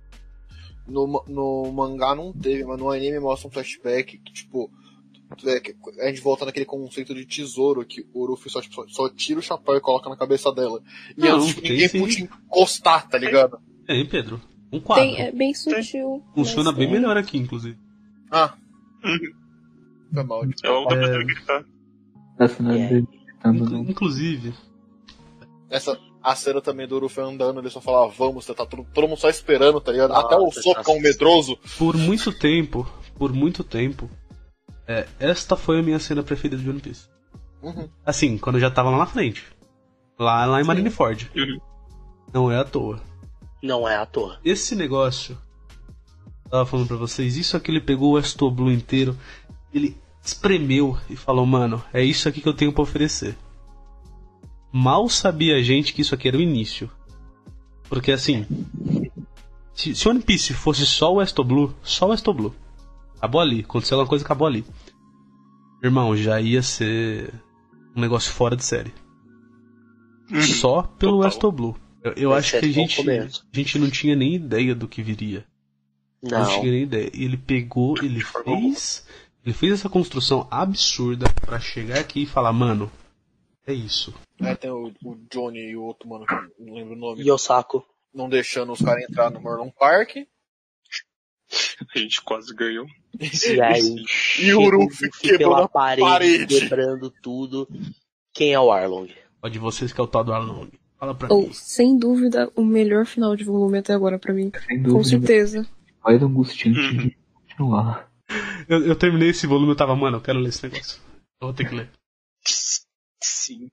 mangá não teve, mas no anime mostra um flashback que, tipo, a gente volta naquele conceito de tesouro que o Luffy só tira o chapéu e coloca na cabeça dela. E não, ninguém podia encostar, tá ligado? Tem, Pedro. Um quadro. É bem sutil. Funciona bem melhor aqui, inclusive. Ah. Foi mal. É o outra pessoa que tá. Essa não é dele, Inclusive. A cena também do Luffy andando, ele só fala, vamos, tá todo mundo só esperando, tá ligado? Nossa, até o socão medroso. Por muito tempo, esta foi a minha cena preferida de One Piece. Assim, quando eu já tava lá na frente. Lá em Marineford. Não é à toa. Não é à toa. Esse negócio, eu tava falando pra vocês, isso aqui ele pegou o West Blue inteiro, ele espremeu e falou, mano, é isso aqui que eu tenho pra oferecer. Mal sabia a gente que isso aqui era o início. Porque assim, se One Piece fosse só o West Blue, acabou ali, aconteceu uma coisa, acabou ali. Irmão, já ia ser um negócio fora de série. Só pelo West Blue. Eu acho que a gente não tinha nem ideia do que viria. Não tinha nem ideia. E ele pegou, ele fez essa construção absurda pra chegar aqui e falar, mano, é isso. Tem o Johnny e o outro mano, que eu não lembro o nome. Yosako. Não deixando os caras entrar no Morlon Park. A gente quase ganhou. E aí, e o Luffy quebrou pela a parede. quebrando tudo. Quem é o Arlong? Pode vocês que é o tal do Arlong. Fala pra mim. Sem dúvida, o melhor final de volume até agora pra mim. Sem dúvida. Com certeza. Vai do angustiante de continuar. Eu terminei esse volume e eu tava, mano, eu quero ler esse negócio. Eu vou ter que ler. Sim.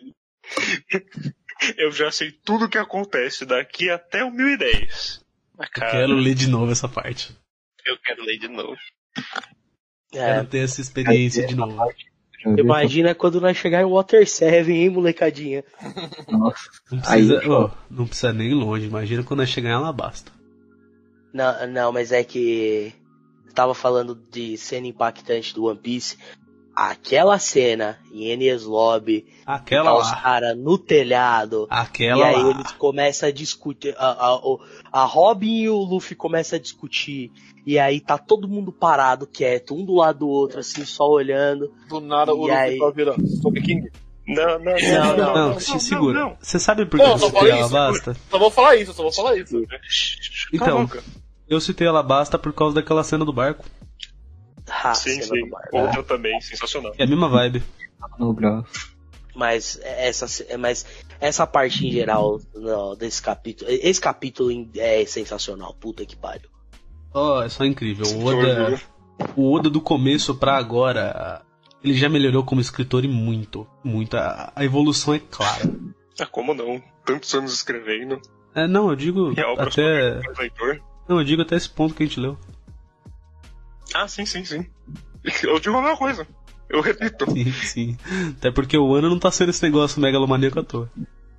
Eu já sei tudo o que acontece daqui até o 1010. Eu quero ler de novo essa parte. Eu quero ler de novo. Quero ter essa experiência de novo. Imagina quando nós chegar em Water 7, hein, molecadinha? Nossa. Não precisa nem ir longe. Imagina quando nós chegar em Alabasta. Não, mas é que eu tava falando de cena impactante do One Piece. Aquela cena em Enies Lobby, os caras no telhado, e aí eles começam a discutir, a Robin e o Luffy começam a discutir, e aí tá todo mundo parado, quieto, um do lado do outro, assim, só olhando. Do nada o Luffy tá virando Soap King. Não, segura. Você sabe por que eu citei Alabasta? Só vou falar isso. Então, eu citei Alabasta por causa daquela cena do barco. Sim. Outra também, sensacional. É a mesma vibe. No braço. Mas essa parte em geral desse capítulo, esse capítulo é sensacional, puta que pariu. É só incrível. O Oda do começo pra agora, ele já melhorou como escritor e muito. A evolução é clara. Como não? Tantos anos escrevendo. Não, eu digo até... Não, eu digo até esse ponto que a gente leu. Sim. Eu digo a mesma coisa. Eu repito. Sim. Até porque o ano não tá sendo esse negócio megalomaníaco à toa.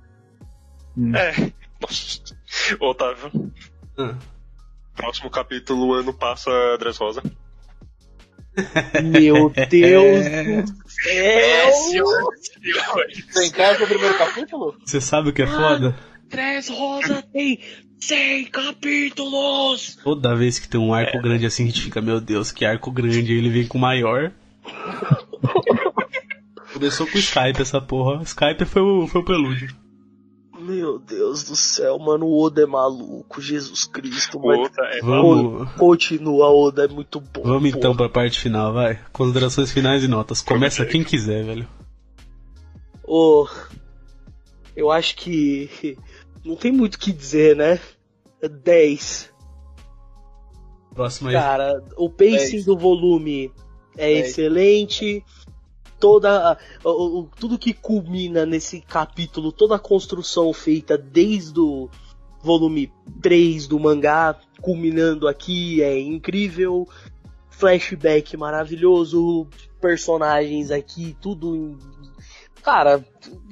Nossa. Otávio. Próximo capítulo, o ano passa Dressrosa. Meu Deus do céu! Tem cara que é o primeiro capítulo? Você sabe o que é foda? Dressrosa tem 100 capítulos! Toda vez que tem um arco grande assim, a gente fica, meu Deus, que arco grande. Aí ele vem com o maior. Começou com o Skype essa porra. O Skype foi o prelúdio. Meu Deus do céu, mano, o Oda é maluco, Jesus Cristo, mano. Vamos. Continua, Oda é muito bom. Vamos então pra parte final, vai. Considerações finais e notas. Começa quem quiser, velho. Eu acho que não tem muito o que dizer, né? 10. Próximo aí. Cara, o pacing 10. do volume é 10. excelente. Tudo que culmina nesse capítulo, toda a construção feita desde o volume 3 do mangá, culminando aqui, é incrível. Flashback maravilhoso, personagens aqui, tudo. Cara,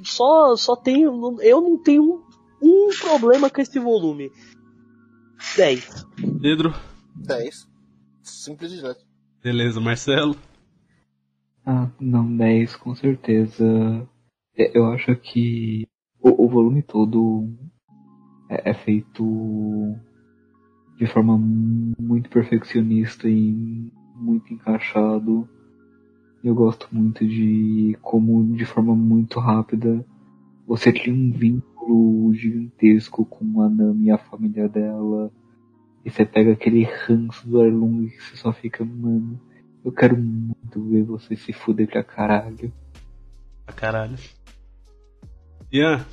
eu não tenho um problema com esse volume. 10. Pedro? 10. Simples e direto. Beleza, Marcelo? Não, 10 com certeza. Eu acho que o volume todo é feito de forma muito perfeccionista e muito encaixado. Eu gosto muito de como, de forma muito rápida, você cria um vínculo gigantesco com a Nami e a família dela. E você pega aquele ranço do Arlong que você só fica, mano, eu quero muito ver você se fuder pra caralho. Pra caralho. Ian?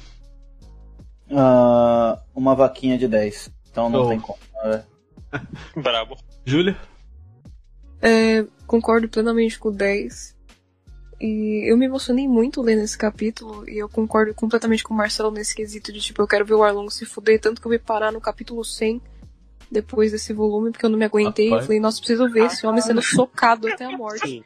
Uma vaquinha de 10. Então não tem como. Brabo. Júlia? Concordo plenamente com o 10. E eu me emocionei muito lendo esse capítulo. E eu concordo completamente com o Marcelo nesse quesito de tipo, eu quero ver o Arlong se fuder. Tanto que eu vou parar no capítulo 100 depois desse volume, porque eu não me aguentei. Eu falei, nossa, preciso ver esse homem sendo socado até a morte. Sim.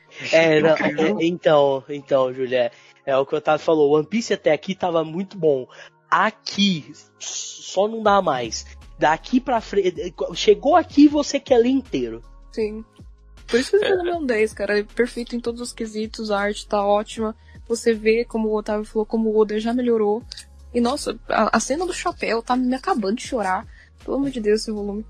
Então, Julia, é o que o Otávio falou. One Piece até aqui tava muito bom. Aqui, só não dá mais. Daqui pra frente, chegou aqui você quer ler inteiro. Sim. Por isso que esse volume é um 10, cara. É perfeito em todos os quesitos, a arte tá ótima. Você vê, como o Otávio falou, como o Oda já melhorou. E nossa, a cena do chapéu tá me acabando de chorar. Pelo amor de Deus, esse volume.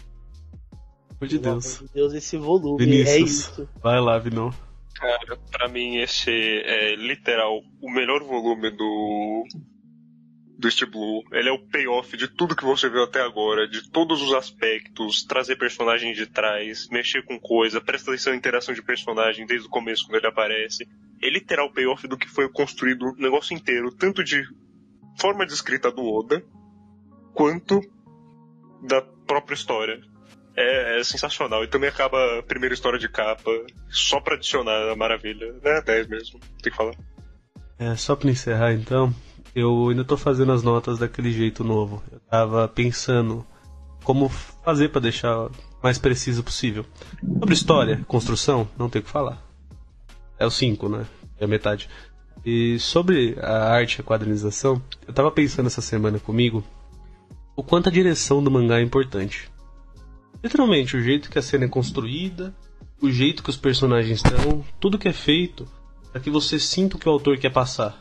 Pelo amor de Deus. Pelo amor de Deus, esse volume, Vinícius, é isso. Vai lá, Vinão. Cara, pra mim esse é literal o melhor volume do East Blue. Ele é o payoff de tudo que você viu até agora, de todos os aspectos, trazer personagem de trás, mexer com coisa, presta atenção na interação de personagem desde o começo quando ele aparece. É literal o payoff do que foi construído o negócio inteiro, tanto de forma de escrita do Oda, quanto da própria história. É sensacional. E também acaba a primeira história de capa, só pra adicionar a maravilha. É 10 mesmo, tem que falar. Só pra encerrar então, eu ainda tô fazendo as notas daquele jeito novo. Eu tava pensando como fazer pra deixar o mais preciso possível. Sobre história, construção, não tem o que falar. É o 5, né? É a metade. E sobre a arte e a quadrinização, eu tava pensando essa semana comigo o quanto a direção do mangá é importante. Literalmente, o jeito que a cena é construída, o jeito que os personagens estão, tudo que é feito para que você sinta o que o autor quer passar.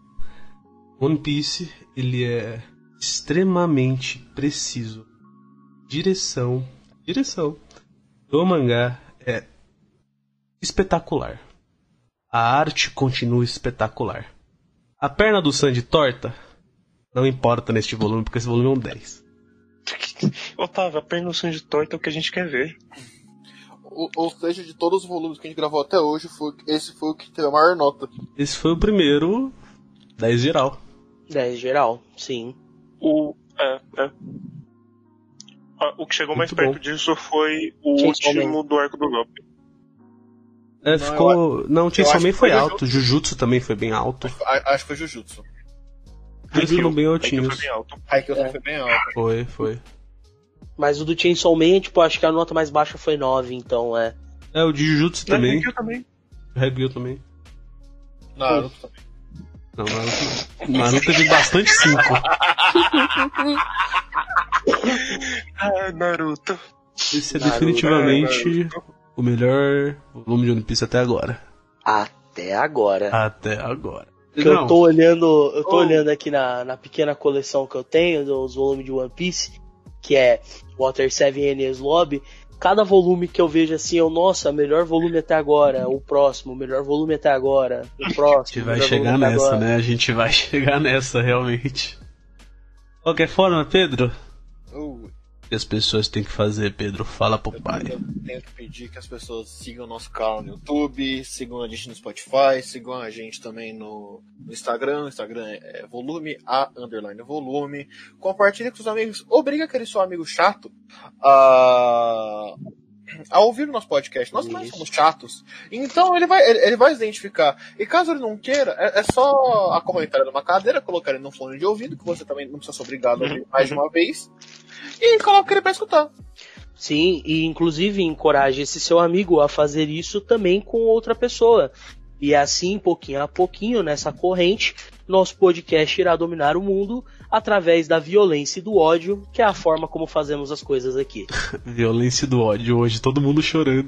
One Piece, ele é extremamente preciso. Direção do mangá é espetacular. A arte continua espetacular. A perna do Sanji torta não importa neste volume, porque esse volume é um 10. Otávio, a perna do Sanji torta é o que a gente quer ver. Ou seja, de todos os volumes que a gente gravou até hoje, esse foi o que teve a maior nota. Esse foi o primeiro 10 geral. 10 geral, sim. O que chegou mais Muito perto bom. disso foi o Chainsaw último do arco do Lope. Ficou. Não, Chainsaw acho Man que foi foi alto. Jujutsu também foi bem alto. Acho que foi Jujutsu. Eles foram bem Haikyuu foi altinhos. bem alto. Haikyuu também foi bem alto. Foi. Mas o do Chainsaw Man, tipo, acho que a nota mais baixa foi 9, então é. O de Jujutsu também. Haikyuu também. Haikyuu também. Naruto também. Não, Naruto teve bastante 5. Naruto. Esse é Naruto, definitivamente o melhor volume de One Piece até agora. Até agora. Até agora. Que eu tô olhando aqui na pequena coleção que eu tenho dos volumes de One Piece, que é Water 7 e Enies Lobby. Cada volume que eu vejo assim, nossa, melhor volume até agora, o próximo, melhor volume até agora, o próximo. A gente vai melhor chegar volume até nessa, agora. né? A gente vai chegar nessa, realmente. De qualquer forma, Pedro, o que as pessoas têm que fazer, Pedro? Fala pro pai. Eu tenho que pedir que as pessoas sigam o nosso canal no YouTube, sigam a gente no Spotify, sigam a gente também no Instagram. O Instagram é volume _volume. Compartilha com seus amigos. Obriga aquele seu amigo chato a ouvir o nosso podcast. Nós também somos chatos. Então ele vai se identificar. E caso ele não queira, é só acomodar numa cadeira, colocar ele no fone de ouvido, que você também não precisa ser obrigado a ouvir mais de uma vez. E coloca ele pra escutar. Sim, e inclusive encoraje esse seu amigo a fazer isso também com outra pessoa. E assim, pouquinho a pouquinho, nessa corrente, nosso podcast irá dominar o mundo através da violência e do ódio, que é a forma como fazemos as coisas aqui. Violência do ódio hoje, todo mundo chorando.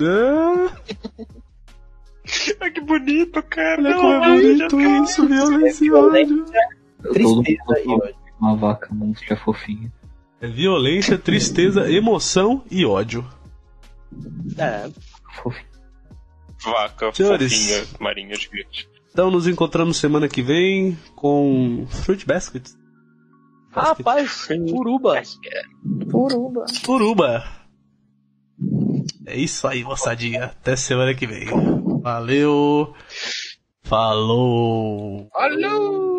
Ai, que bonito, cara. Olha como é bonito isso, violência e ódio. Tristeza e ódio. Uma vaca monstro é fofinha. É violência, tristeza, emoção e ódio. É. Fofinha. Vaca, Senhores. fofinha, marinha gigante. Então nos encontramos semana que vem com Fruit Baskets. Rapaz, Uruba. Uruba. É isso aí, moçadinha. Até semana que vem. Valeu. Falou. Alô!